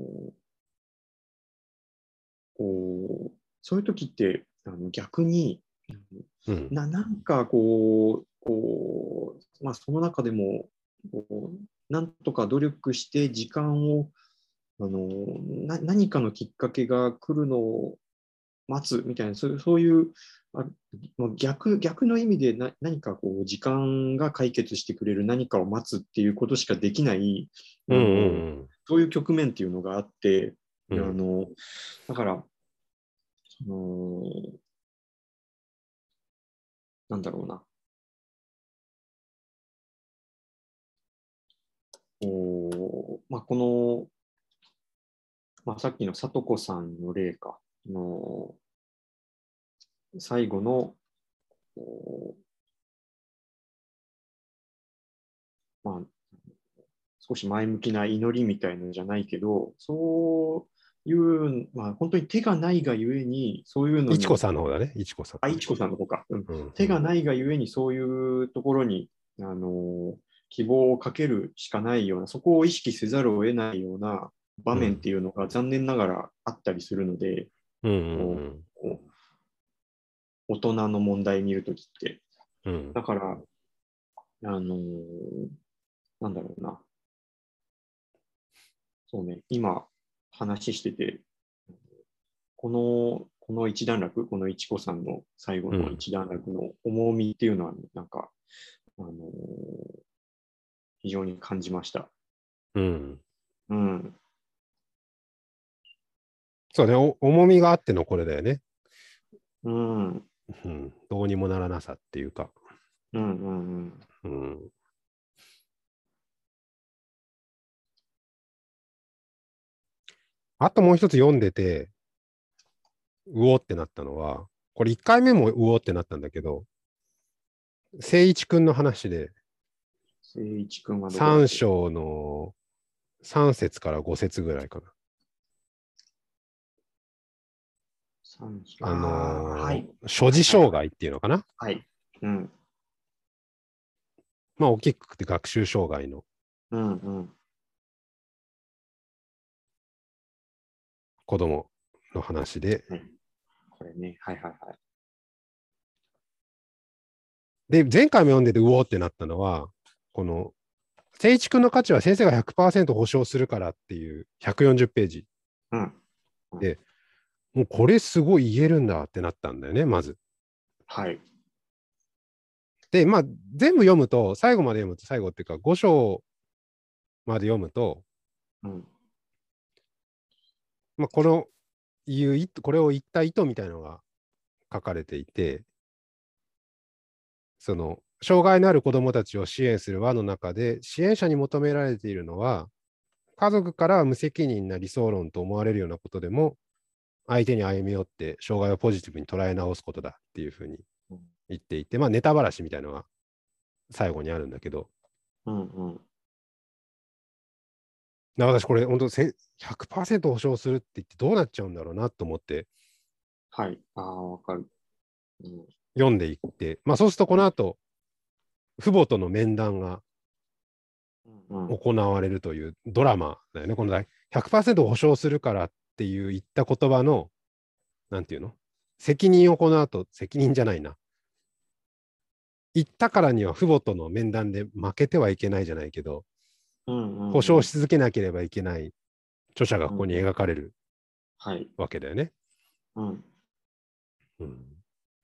こう、そういう時って、あの逆に、 うん。 な、なんかこう、こう、まあ、その中でも、こう、なんとか努力して時間を、あの、な、何かのきっかけが来るのを待つみたいな、そういう、そういうあもう逆、逆の意味でな何かこう時間が解決してくれる何かを待つっていうことしかできない、あうん。 の、 うん。 そういう局面っていうのがあって、あうん。 の、だから、その、なんだろうな、こうまあ、この、まあ、さっきの聡子さんの例か、の最後の、こうまあ、少し前向きな祈りみたいのじゃないけど、そういう、まあ、本当に手がないがゆえに、そういうのいちこに、 さんの方だね。いちこさん。 あ、いちこさんの方か、うん、 うん。うん。 手がないがゆえに、そういうところに、あの、希望をかけるしかないような、そこを意識せざるを得ないような場うん。 面っていうのが残念ながらあったりするので、 うん。うこん。 うこう大人の問題見るときって。 うん。 だから、あの、なんだろうな。 そうね、今話してて、この、この一段落、このいちこさんの最後の一段落の重みっていうのは、なんか、あのー非常に感じました。 うん。 うん。 そうね、お重みがあってのこれだよね。 うん。 うん。どうにもならなさっていうか。 うん。うん。 うん。あともう一つ読んでて、うおってなったのは、これいっかいめもうおってなったんだけど、聖一くんの話で、 聖一君はどこだっ三け？ 章のさん節からご節ぐらいかな。 三章。 あああ、はのい。 ー所はいはいはい。 持障害っていうのかな。 はい。うん。 まあ、大きくて学習障害のうんうん。 子供の話で、 はい。これね。はいはいはい。 で、前回も読んでてうおってなったのは、この、聖一君の価値は先生がひゃくパーセント保証するからっていうひゃくよんじゅうページうん。うん、 で、もうこれすごい言えるんだってなったんだよね、まず。 はい。 で、まあ、全部読むと、最後まで読むと、最後っていうか、ご章まで読むと、 うん。 まあ、この言う、これを言った意図みたいなのが書かれていて、その、障害のある子どもたちを支援する輪の中で、支援者に求められているのは、家族からは無責任な理想論と思われるようなことでも、相手に歩み寄って、障害をポジティブに捉え直すことだっていうふうに言っていて、まあ、ネタばらしみたいなのが最後にあるんだけど、 うんうん。 私これ本当ひゃくパーセント保証するって言ってどうなっちゃうんだろうなと思ってはい。ああ、わかる。うん。 読んでいって、まあそうするとこの後、父母との面談がうんうん。 行われるというドラマだよね。このひゃくパーセント保証するからっていう言った言葉の、なんていうの責任をこの後、責任じゃないな。言ったからには父母との面談で負けてはいけないじゃないけど、 うんう保んうん。 証し続けなければいけない著者がここにうんうん。 描かれるはい。 わけだよね。 うん。 うん、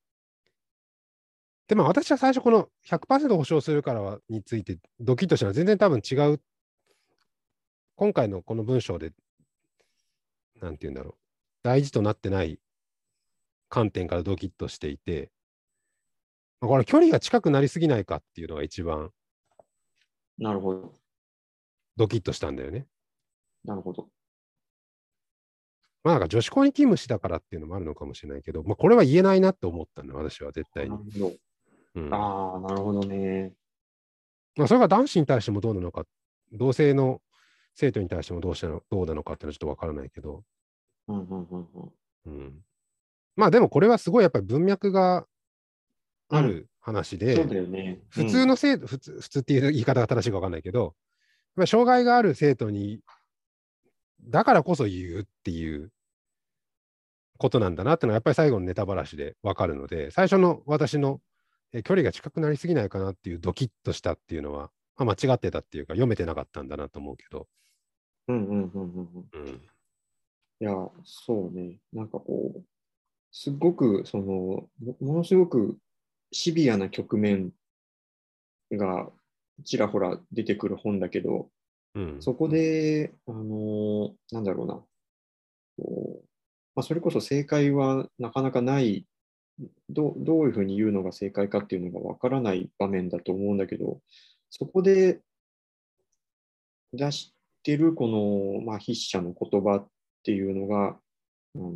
で、まあ私は最初このひゃくパーセント保証するからはについてドキッとしたのは全然多分違う。今回のこの文章で、なんていうんだろう。大事となってない観点からドキッとしていて、まあこれ距離が近くなりすぎないかっていうのが一番なるほど。 ドキッとしたんだよね。 なるほど。 まあなんか女子校に勤務したからっていうのもあるのかもしれないけど、まあこれは言えないなって思ったんだ、私は絶あ、 対に。 なるほど。 うん。 ああ、なるほどね。 まあそれが男子に対してもどうなのか、同性の生徒に対してもどうしたのどうなのかっていうのはちょっとわからないけど、 うんうんうんうん。 うん。まあでもこれはすごいやっぱり文脈がうん。 ある話そうで、 だよね。う普通ん。 の生徒、普通、普通っていう言い方が正しいかわかんないけど、まあ障害がある生徒に、だからこそ言うっていうことなんだなっていうのは、やっぱり最後のネタばらしでわかるので、最初の私のえ距離が近くなりすぎないかなっていうドキッとしたっていうのは、まあ、間違ってたっていうか、読めてなかったんだなと思うけど、 うんうんうんうんうん。 うん。 いや、そうね。なんかこう、すごく、その、もものすごくシビアな局面がちらほら出てくる本だけど、 うん。 そこで、あの、なんだろうな、こうまあ、それこそ正解はなかなかない、どう、どういうふうに言うのが正解かっていうのがわからない場面だと思うんだけど、そこで出してるこの、まあ、筆者の言葉っていうのが、あの、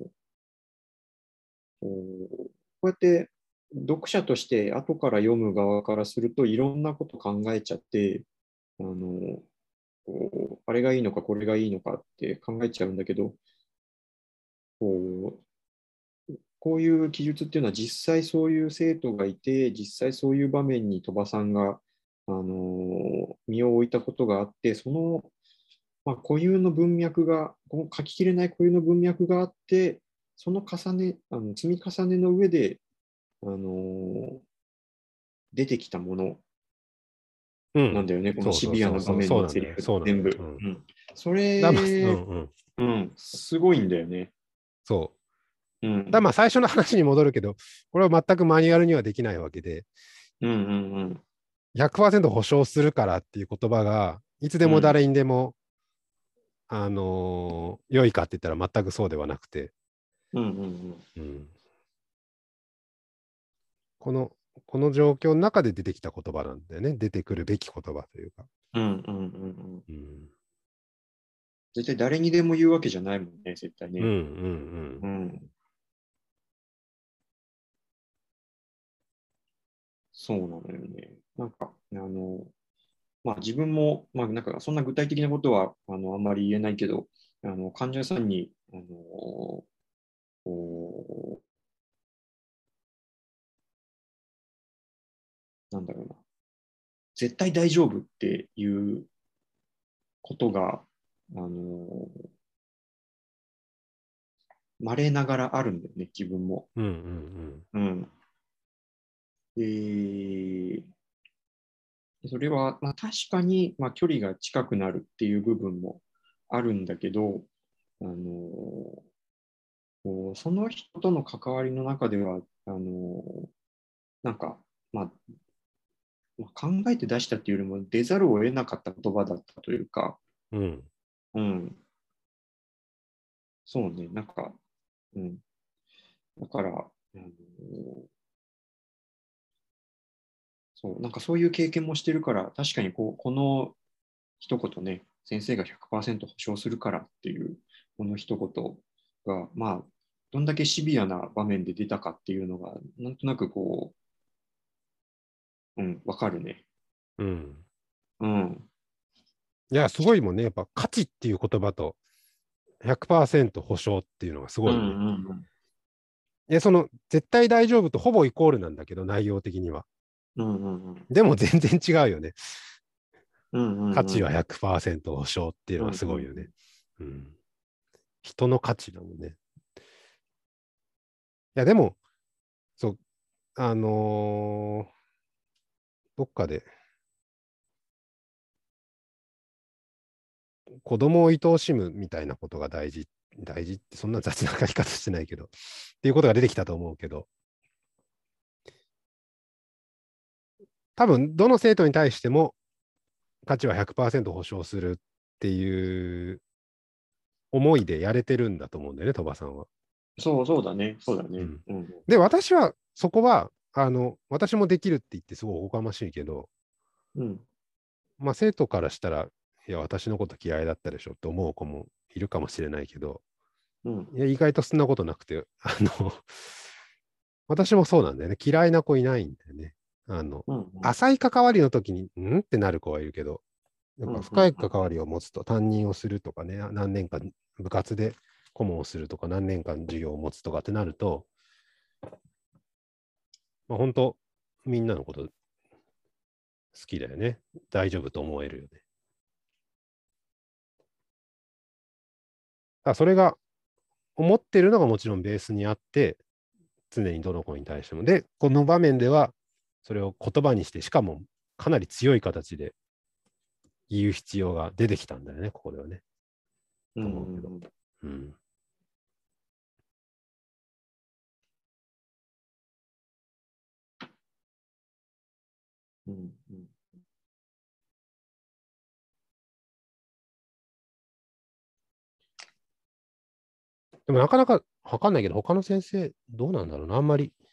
こうこうやって読者として後から読む側からするといろんなこと考えちゃって、あの、こうあれがいいのかこれがいいのかって考えちゃうんだけど、こうこういう記述っていうのは実際そういう生徒がいて、実際そういう場面に鳥羽さんが、あの身を置いたことがあって、その、まあ、固有の文脈が、この書ききれない固有の文脈があって、その重ね、あの積み重ねの上で、あの出てきたものうん。 なんだよね、このそうそうシビアな場面そうなんだよ。 のセリフそうなんだよ。 全部。 うん。 うん。そだまあ、うれ、 んうん。 うん、すごいんだよね。 そう。だうん。 まあ最初の話に戻るけど、これは全くマニュアルにはできないわけで、 うんうんうん。 ひゃくパーセント保証するからっていう言葉が、いつでもうん。 誰にでも、あのー良いかって言ったら全くそうではなくて、 うんうんうん、この、この状況の中で出てきた言葉なんだよね。出てくるべき言葉というか。 うん。うんうんうんうん。 うん、 絶対誰にでも言うわけじゃないもんね、絶対うん、うね。 ん、 うん。そうなのよね。なんか、あの、まあ自分も、まあなんかそんな具体的なことは、あの、あんまり言えないけど、あの、患者さんに、あの、こう、なんだろうな、絶対大丈夫っていうことが、あの、稀ながらあるんだよね、自分も。 うん、うん、 うん。で、それは、まあ、確かに、まあ、距離が近くなるっていう部分もあるんだけど、あの、こうその人との関わりの中では、あの、なんか、まあ、まあ考えて出したっていうよりも出ざるを得なかった言葉だったというか、 うん、 うん、そうね、なんか、うん、だから、あの、そう、なんかそういう経験もしてるから、確かにこう、この一言ね、先生がひゃくパーセント保証するからっていう、この一言が、まあ、どんだけシビアな場面で出たかっていうのが、なんとなくこう、うん、わかるね。 うん。 うん。 いや、すごいもんね。やっぱ価値っていう言葉とひゃくパーセント保証っていうのがすうん、 ごいよね。 うん、 いや、その絶対大丈夫とほぼイコールなんだけど、内容的には。 うん、うん、うん、 でも全然違うよね。 うん、うん、 価値はうん、 ひゃくパーセント保証っていうのがうん、 すごいよね。うん。人の価値だもんね。いや、でも、そう、あのーどっかで子供を愛おしむみたいなことが大事、大事ってそんな雑な書き方してないけど、っていうことが出てきたと思うけど、多分、どの生徒に対しても価値はひゃくパーセント保証するっていう思いでやれてるんだと思うんだよね、鳥羽さんは。 そう、そうだね、そうだね。 うん。 うん、 で、私は、そこは、あの、私もできるって言ってすごいおこがましいけど、 うん、 まあ、生徒からしたら、いや、私のこと嫌いだったでしょって思う子もいるかもしれないけど、 うん、 いや、意外とそんなことなくて、あの、私もそうなんだよね。嫌いな子いないんだよね。あの、 うん、うん、 浅い関わりの時に、んってなる子はいるけど、やっうん、 ぱうん、 深い関わりを持つと、担任をするとかね、何年間部活で顧問をするとか、何年間授業を持つとかってなると、まあ、本当、みんなのこと好きだよね。大丈夫と思えるよね。あ、それが思ってるのがもちろんベースにあって、常にどの子に対しても。で、この場面では、それを言葉にして、しかもかなり強い形で言う必要が出てきたんだよね、ここではね。 うん、 と思うけど。 うん、 うん。 うん、うん。 でもなかなかわかんないけど、他の先生、どうなんだろうな、あんまり、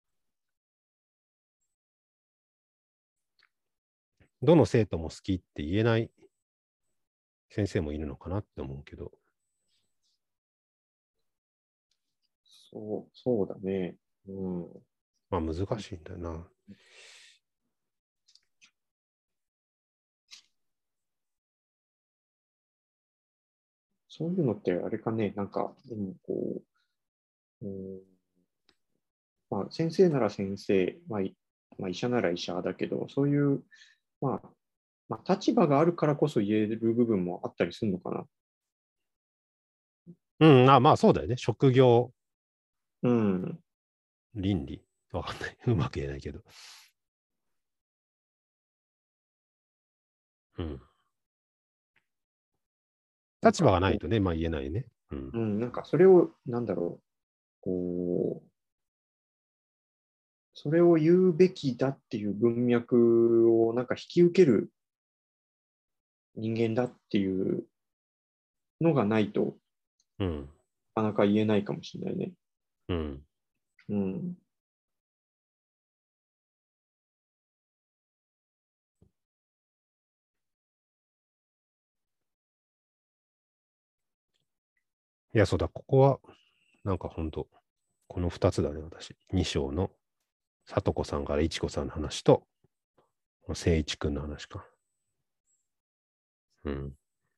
どの生徒も好きって言えない先生もいるのかなって思うけど。 そう、そうだね。うん。 まあ難しいんだよな。 そういうのってあれかね、なんか、うん、こう、うん、まあ、先生なら先生、まあ、いまあ、医者なら医者だけど、そういう、まあ、まあ、立場があるからこそ言える部分もあったりするのかな。 うん、あ、まあそうだよね。職業うん。 倫理。わかんない。うまく言えないけど。 うん。立場がないとね、まあ言えないね。うん。 うん、なんかそれを、なんだろう、こう、それを言うべきだっていう文脈をなんか引き受ける人間だっていうのがないと、 うん。 なかなか言えないかもしれないね。 うん。 うん。 いや、そうだ、ここは、なんか本当このふたつだね、私。に章の里子さんからいちこさんの話と、誠一くんの話か。うん。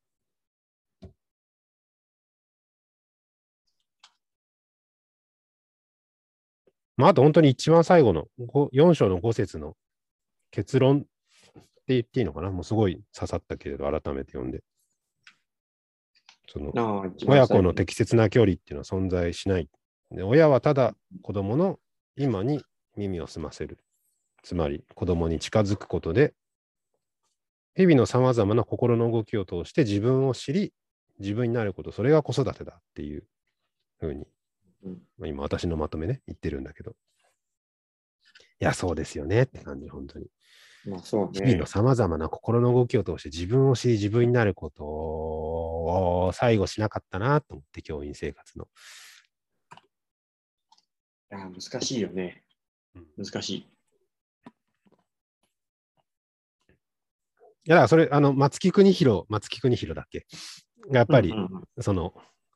まあ、あと本当に一番最後のよん章のご節の結論って言っていいのかな、もうすごい刺さったけれど、改めて読んで。そのああ、一番親子最後に。 の適切な距離っていうのは存在しない。で、親はただ子供の今に耳を澄ませる。つまり子供に近づくことで、日々のさまざまな心の動きを通して自分を知り、自分になること、それが子育てだっていうふうに、 うん、 まあ、今私のまとめね、言ってるんだけど。いや、そうですよねって感じ、本当に。 まあそう日々のね。 さまざまな心の動きを通して自分を知り、自分になることを最後しなかったなと思って、教員生活の。 いや、難しいよね。 うん、 難しい。 いや、だからそれ、あの、松木邦弘、松木邦弘だっけやっうんうぱり、 んうん。 その、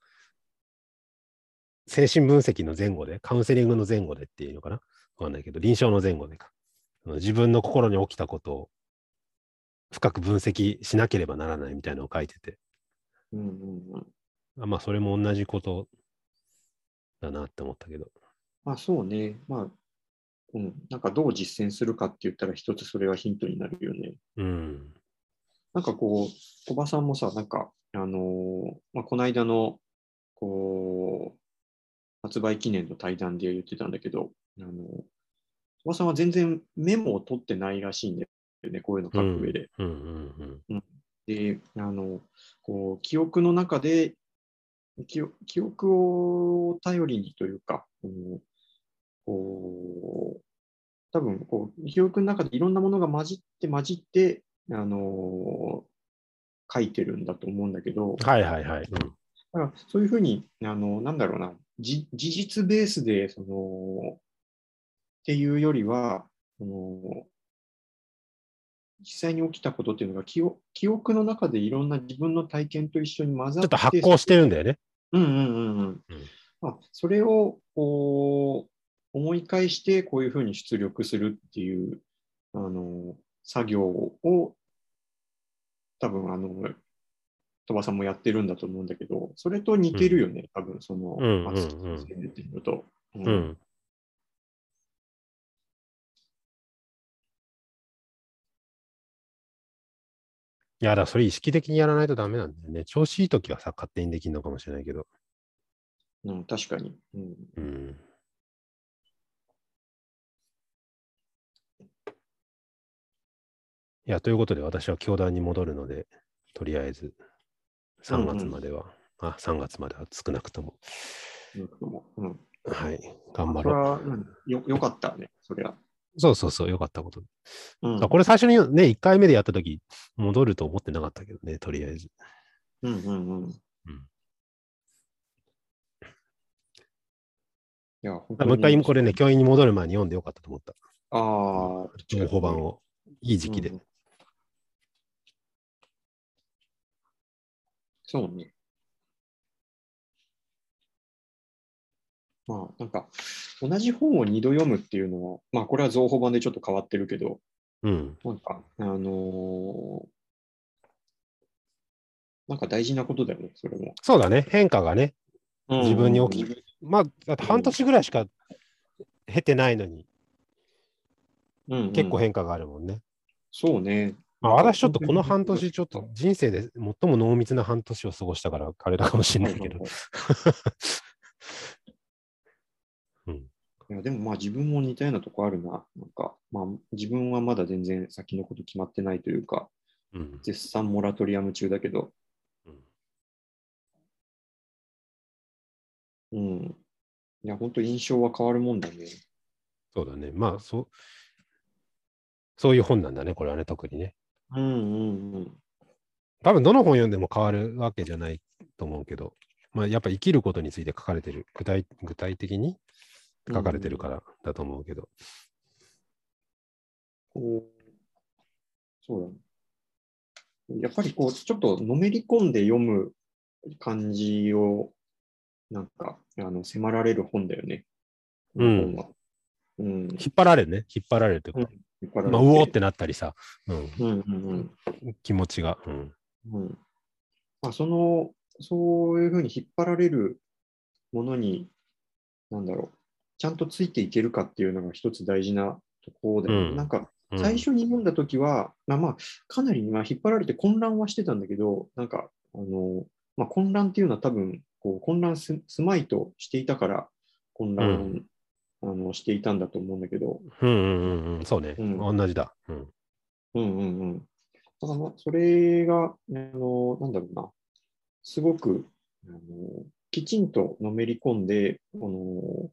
精神分析の前後で、カウンセリングの前後でっていうのかなわかんないけど、臨床の前後でか。自分の心に起きたことを深く分析しなければならないみたいなのを書いてて、 うんうんうん。 まあ、それも同じことだなって思ったけど。 まあそうね。まあ、うん。なんかどう実践するかって言ったら一つそれはヒントになるよね。 うん。 なんかこう、鳥羽さんもさ、なんか、あのーまあ、この間の、こう、発売記念の対談で言ってたんだけど、あの、鳥羽さんは全然メモを取ってないらしいんだよね、こういうのうん。 書く上で。 うん。うん。 うん、で、あの、こう、記憶の中で、記記憶を頼りにというか、うん、こう、多分こう、記憶の中でいろんなものが混じって混じって、あの書いてるんだと思うんだけど、 はいはいはい。うん。 だからそういうふうに、あの、なんだろうな、じ事実ベースで、その、っていうよりは、その実際に起きたことっていうのが記憶、記憶の中でいろんな自分の体験と一緒に混ざちょっって、 と発酵してるんだよね。 うんうんうんうん。 うん。 まあ、それをこう思い返してこういうふうに出力するっていうあの作業を多分あの鳥羽さんもやってるんだと思うんだけど、それと似うん。 てるよね、多分そのうん。う松木ん。 先生っていうのと。うん、 うん。いや、だからそれ意識的にやらないとダメなんだよね。調子いいときはさ、勝手にできるのかもしれないけど。 うん、確かに。うん、 うん。いや、ということで私は教団に戻るので、とりあえずさんがつうん、 までは、あ、さんがつまでは少なくとも。 うん。うん、 はい、頑あ、 張ろそれは、うん、よ、よかったね、そりゃ。 う。そうそうそう、よかったこと。 うん、 これ最初にね、いっかいめでやったとき、戻ると思ってなかったけどね、とりあえず。 うん、うん、うん。いうん、 や、本当もう一回に、 これね、教員に戻る前に読んでよかったと思った。 あこのあ、確か情にね。 報版を。いい時期で。 うん、そうね。まあ、なんか、同じ本を二度読むっていうのは、まあ、これは増補版でちょっと変わってるけど、 うん。 なんか、あのーなんか大事なことだよね、それも。 そうだね、変化がね、 うん自分にうんうん。 起き、まあ、だって半うん年ぐらいしか経てないのに、 うんうん。 結構変化があるもんね。 そうね。 まあ、 なんか、 私ちょっとこの本当に半年、ちょっと人生で最も濃密な半年を過ごしたから、あれだかもしれないけど。 はいはいはい。 うん、 いや、でもまあ自分も似たようなとこあるな。なんか、まあ自分はまだ全然先のこと決まってないというか、 うん。 絶賛モラトリアム中だけど、うん。いや、本当印象は変わるもんだね。 そうだね。まあ、そう、そういう本なんだね、これはね、特にね。 うんうんうん。 多分どの本読んでも変わるわけじゃないと思うけど、まあ、やっぱ生きることについて書かれてる、具体具体的に書かれてるからだと思うけど。 こう、そうだね。やっぱりこう、ちょっとのめり込んで読む感じを、なんか、あの、迫られる本だよね。こうん。 の本は。うん。 引っ張られるね。引っ張られるというか、 うん。引っ張らまあ、 れて。 うおーってなったりさ、うん。 うんうん気持ちが。うん。 うん。うん。まあ、その、そういうふうに引っ張られるものに、なんだろう、ちゃんとついていけるかっていうのが一つ大事なところだよね。なんうん。 か、 うん。 最初に読んだときは、まあまあ、かなり、まあ、引っ張られて混乱はしてたんだけど、なんか、あの、まあ、混乱っていうのは多分、こう混乱す、すまいとしていたから混うん。 乱、あの、していたんだと思うんだけど、 うん。うん。うん。そうね。 うん、 同じだ。うん。 うんうんうん。だからまあ、それが、あの、なんだろうな、すごく、あの、きちんとのめり込んで、この、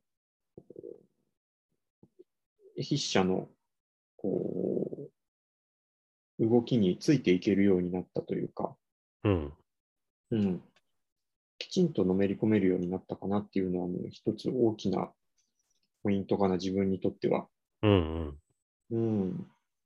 筆者の、こう、動きについていけるようになったというか、 うん。 うん、きちんとのめり込めるようになったかなっていうのは、ね、一つ大きなポイントかな、自分にとっては。 うん。うん。 うん、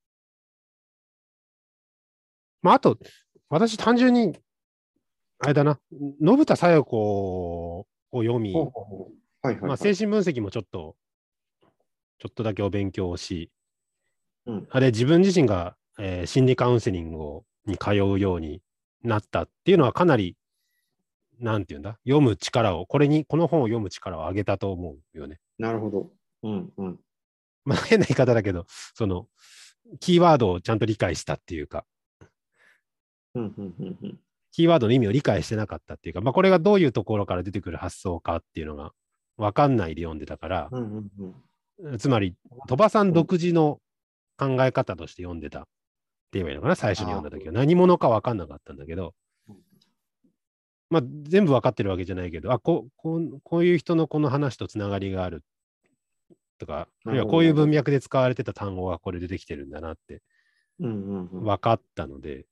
まあ、あと、私単純に、あれだな、信田さよ子を読み、 ほうほうほうはいはまあ、 いはい。 精神分析もちょっと、ちょっとだけお勉強をし、 うん、 あれ、自分自身が、えー心理カウンセリングをに通うようになったっていうのはかなり、なんていうんだ、読む力を、これに、この本を読む力を上げたと思うよね。 なるほど。うん、うん、 まあ、変な言い方だけど、その、キーワードをちゃんと理解したっていうか、 うん、うん、うん、うん。 キーワードの意味を理解してなかったっていうか、まあ、これがどういうところから出てくる発想かっていうのが分かんないで読んでたから、 うん、うん、 つまり、鳥羽さんうん。 独自の考え方として読んでたって言えばいいのかな、最初に読んああ、 だ時は。何者か分かんなかったんだけど、まあ、全部分かってるわけじゃないけど、あここう、こういう人のこの話とつながりがあるとか、あるいはなるほど、なるほど。 こういう文脈で使われてた単語がこれでできてるんだなってうん、うん、うん。 分かったので、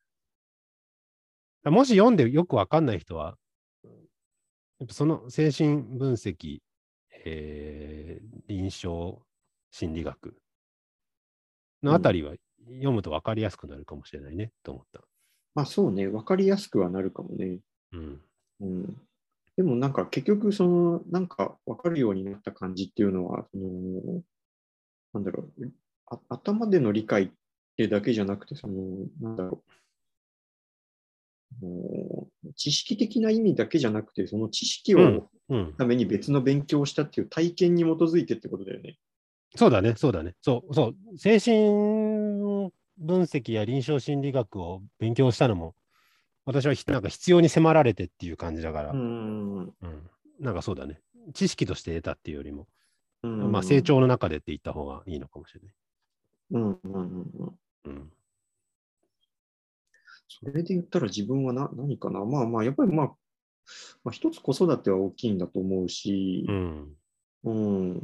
もし読んでよく分かんない人は、やっぱその精神分析、えー、臨床心理学のうん。 あたりは読むと分かりやすくなるかもしれないねと思った。 まあそうね、わかりやすくはなるかもね。 うん。 うん。でもなんか結局、その、なんかわかるようになった感じっていうのは、その、なんだろう、あ頭での理解ってだけじゃなくて、その、なんだろう、もう知識的な意味だけじゃなくて、その知識うん。 をうん。 ために別の勉強をしたっていう体験に基づいてってことだよね。 そうだね、そうだね。そう、そう。精神分析や臨床心理学を勉強したのも、私はひなんか必要に迫られてっていう感じだかうら、 ん、うん、 うん。なんかそうだね。知識として得たっていうよりも、 うまあ成ん、 長の中でって言った方がいいのかもしれない。 うん、うん、うん。 うん。 それで言ったら自分はな、何かな。まあまあ、やっぱりまあ、まあ、一つ子育ては大きいんだと思うし、 うん。 うん。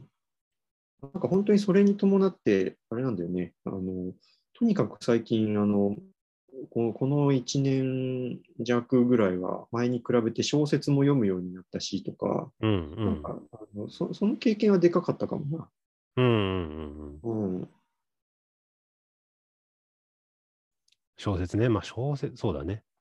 なんか本当にそれに伴って、あれなんだよね。あの、とにかく最近、あの、この、このいちねん弱ぐらいは前に比べて小説も読むようになったしとか、 うん。うん。 なんか、あのそ、その経験はでかかったかもな。 うん。うん。うん。 うん。 小説ね。まあ小説、そうだね。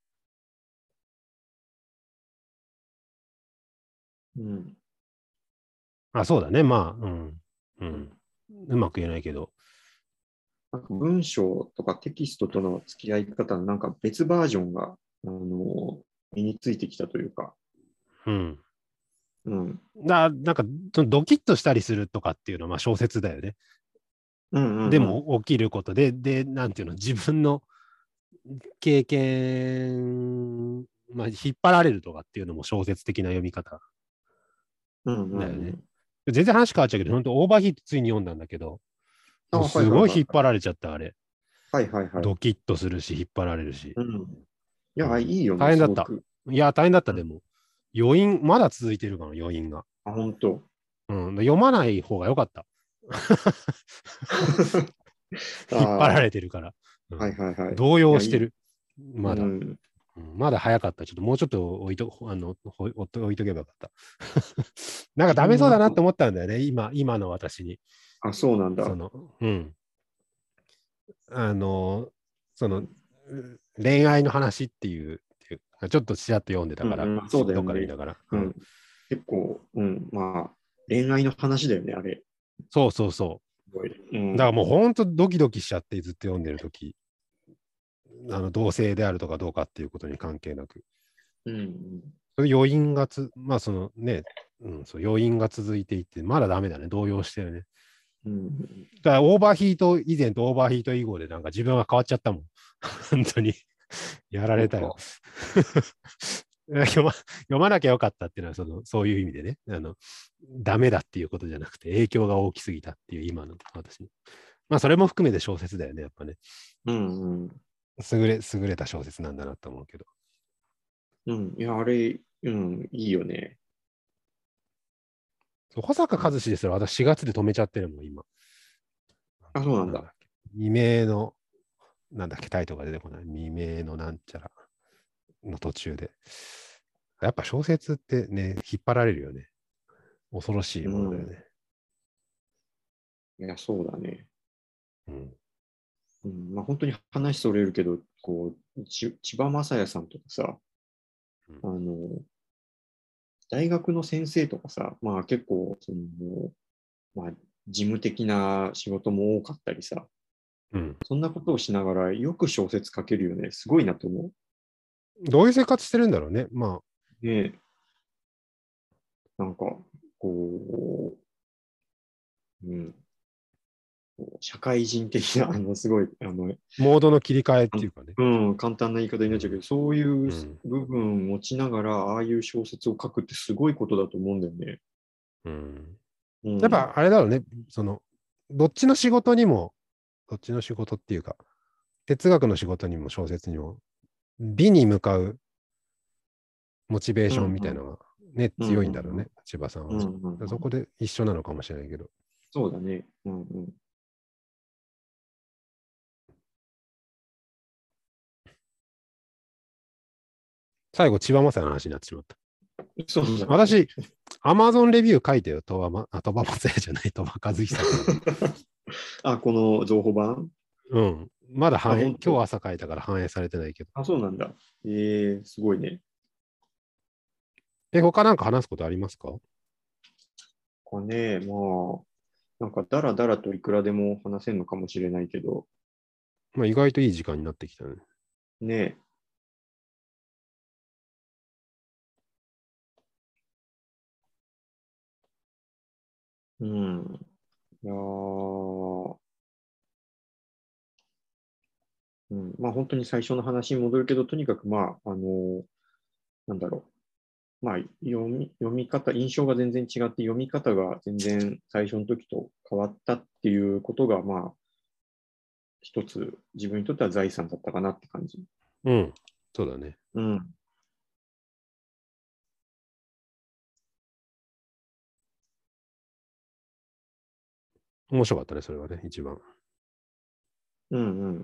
うん。 あ、そうだね。まあ、うん。ううんん。うまく言えないけど。 なんか文章とかテキストとの付き合い方のなんか別バージョンが、あの、身についてきたというか、 うん。 うん。 だなんか、そのドキッとしたりするとかっていうのはまあ小説だよね。 うんうんうん。 でも起きることで、で、なんていうの、自分の経験、まあ、引っ張られるとかっていうのも小説的な読み方うんうだよね。 んうん。 全然話変わっちゃうけど、本当オーバーヒートついに読んだんだけど、 あ、 もうはいすごいはいはいはい。 引っ張られちゃった、あれ。 はいはいはい。 ドキッとするし、引っ張られるし。 うん。いや、 うん、 いいよね、 大変だった。 すごく。 いや、大変だった、 うん、 でも。余韻、まだ続いてるかな、余韻が。 あ、本当。 うん、読まない方が良かった。 あ引っ張らあ、はれてるから。ういはん、 いはい。 動いや、いい。 揺してる。まだ。 うん。 うん、まだ早かった。ちょっともうちょっと置いと、あの、ほ置いと置いとけばよかった。なんか自ダメ分もなんか、 そうだなって思ったんだよね、今、今の私に。 あ、そうなんだ。 その、うん。あの、その、 うん、 恋愛の話っていう、っていうちょっとちらっと読んでたから、 うんうん、そうだどっかで見よね。 ながら。うん、 うん。結構、うん、まあ、恋愛の話だよね、あれ。 そうそうそすごい。うう。だからん。 もう本当ドキドキしちゃってずっと読んでるとき、あの同性であるとかどうかっていうことに関係なく。 うん。 そういう余韻がつ、まあそのね、うん、そう余韻が続いていって、まだダメだね、動揺してるね。 うん。 だからオーバーヒート以前とオーバーヒート以後でなんか自分は変わっちゃったもん。本当にやられたよ。 そうか。 読ま読まなきゃよかったっていうのはそのそういう意味でねあの、ダメだっていうことじゃなくて、影響が大きすぎたっていう今の私の。まあそれも含めて小説だよね、やっぱね。 うんうん。 優れ、優れた小説なんだなと思うけど。 うん。いや、あれ、うん、いいよね。 そう保坂うん、 和志ですら私しがつで止めちゃってるもん、今。 あ、そうなんだ。 なんだっけ。未明の、なんだっけ、タイトルが出てこない。未明のなんちゃらの途中で。やっぱ小説ってね、引っ張られるよね。恐ろしいうん。 ものだよね。 いや、そうだね。 うん。 うん、まあ、本当に話それるけど、こう、ち千葉雅也さんとかさ、 うん。 あの、大学の先生とかさ、まあ結構、その、まあ、事務的な仕事も多かったりさ、 うん、 そんなことをしながらよく小説書けるよね。すごいなと思どういう生活してるんだろうね。まあ、 う。ね、なんか、こう、うん、社会人的な、あの、すごい、あの、 モードの切り替えっあていうかね。 うん、簡単な言い方になっちゃうけど、 うん。 そういううん。 部分を持ちながら、ああいう小説を書くってすごいことだと思うんだよね。 うん。 うん。 やっぱあれだろうね。その、どっちの仕事にも、どっちの仕事っていうか、哲学の仕事にも小説にも、美に向かうモチベーションうん、うん、 みたいなのがね、 うん、うん、 強いんだろうね、千葉さんはね。 うん、うん、うん。 そこで一緒なのかもしれないけど。 そうだね。うん、うん。 最後、千葉雅也の話になってしまった。 そうだね。 私、アマゾンレビュー書いてよ、鳥羽ま、あ、鳥羽雅也じゃない、鳥羽和久君の。 あ、この情報版。 うん。まだあ、 反映、 本当。 今日朝書いたから反映されてないけど。 あ、そうなんだ。ええ、すごいね。 え、他なんか話すことありますか？ これね、まあ、なんかだらだらといくらでも話せるのかもしれないけど、 まあ、意外といい時間になってきたね。 ね、うん。いやー、うん、まあ本当に最初の話に戻るけど、とにかくまあ、あのなんだろう。まあ、読み、読み方、印象が全然違って、読み方が全然最初の時と変わったっていうことが、まあ、一つ自分にとっては財産だったかなって感じ。 うん。そうだね。 うん。 面白かったね、それはね、一番。 うんうん。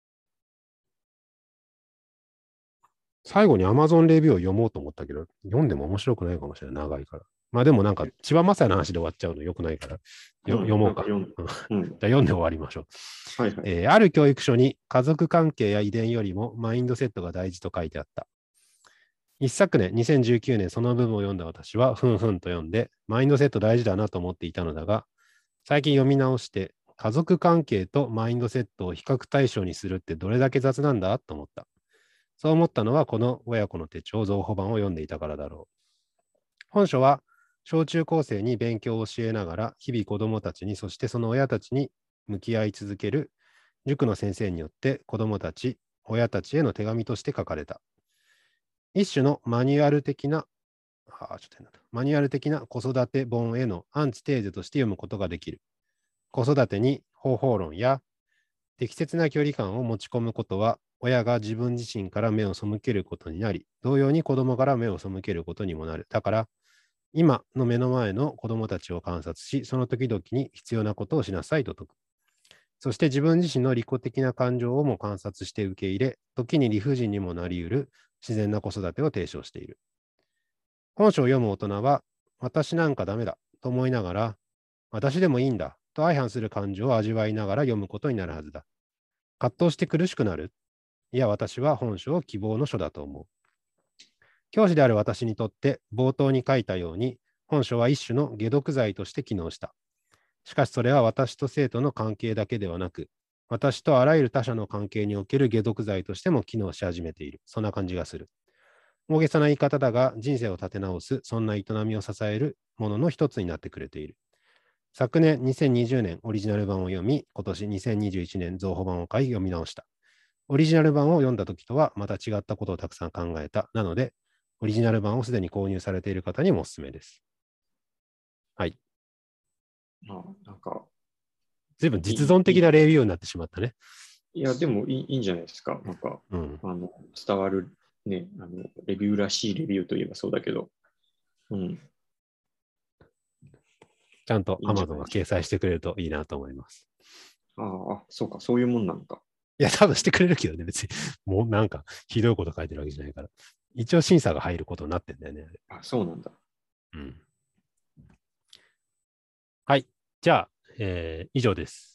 最後に Amazon レビューを読もうと思ったけど、読んでも面白くないかもしれない、長いから。まあでもなんか、千葉雅也の話で終わっちゃうのよくないから、ようん。 読もうか。 なんか読ん、 うん、じゃうん。 あ読んで終わりましょう。 はいはい。 えーある教育書に家族関係や遺伝よりもマインドセットが大事と書いてあった。一昨年、にせんじゅうきゅうねんその部分を読んだ私は、ふんふんと読んで、マインドセット大事だなと思っていたのだが、最近読み直して、家族関係とマインドセットを比較対象にするってどれだけ雑なんだと思った。そう思ったのは、この親子の手帳増補版を読んでいたからだろう。本書は、小中高生に勉強を教えながら、日々子供たちに、そしてその親たちに向き合い続ける塾の先生によって子供たち、親たちへの手紙として書かれた。一種のマニュアル的な、あちょっと変だマニュアル的な子育て本へのアンチテーゼとして読むことができる。子育てに方法論や適切な距離感を持ち込むことは、親が自分自身から目を背けることになり、同様に子供から目を背けることにもなる。だから、今の目の前の子供たちを観察し、その時々に必要なことをしなさいと説く。そして自分自身の利己的な感情をも観察して受け入れ、時に理不尽にもなり得る自然な子育てを提唱している。本書を読む大人は、私なんかダメだと思いながら、私でもいいんだと相反する感情を味わいながら読むことになるはずだ。葛藤して苦しくなる。いや、私は本書を希望の書だと思う。教師である私にとって冒頭に書いたように、本書は一種の解毒剤として機能した。しかしそれは私と生徒の関係だけではなく、私とあらゆる他者の関係における解毒剤としても機能し始めている。そんな感じがする。大げさな言い方だが、人生を立て直す、そんな営みを支えるものの一つになってくれている。昨年にせんにじゅうねんオリジナル版を読み、今年にせんにじゅういちねん増補版を買い読み直した。オリジナル版を読んだ時とはまた違ったことをたくさん考えた。なので、オリジナル版をすでに購入されている方にもおすすめです。はい。 あ、なんか、 随分実存的なレビューになってしまったね。 いや、でもいいいいんじゃないですか。なんか、 うん、 あの伝わる、ね、あの、レビューらしいレビューといえばそうだけど、うん。 ちゃんといいんじゃな Amazon いですか。 が掲載してくれるといいなと思います。 ああ、そうか、そういうもんなのか。 いや、多分してくれるけどね、別に。もうなんか、ひどいこと書いてるわけじゃないから。一応審査が入ることになってんだよね。 あ、そうなんだ。 うん。はい。じゃあ、えー以上です。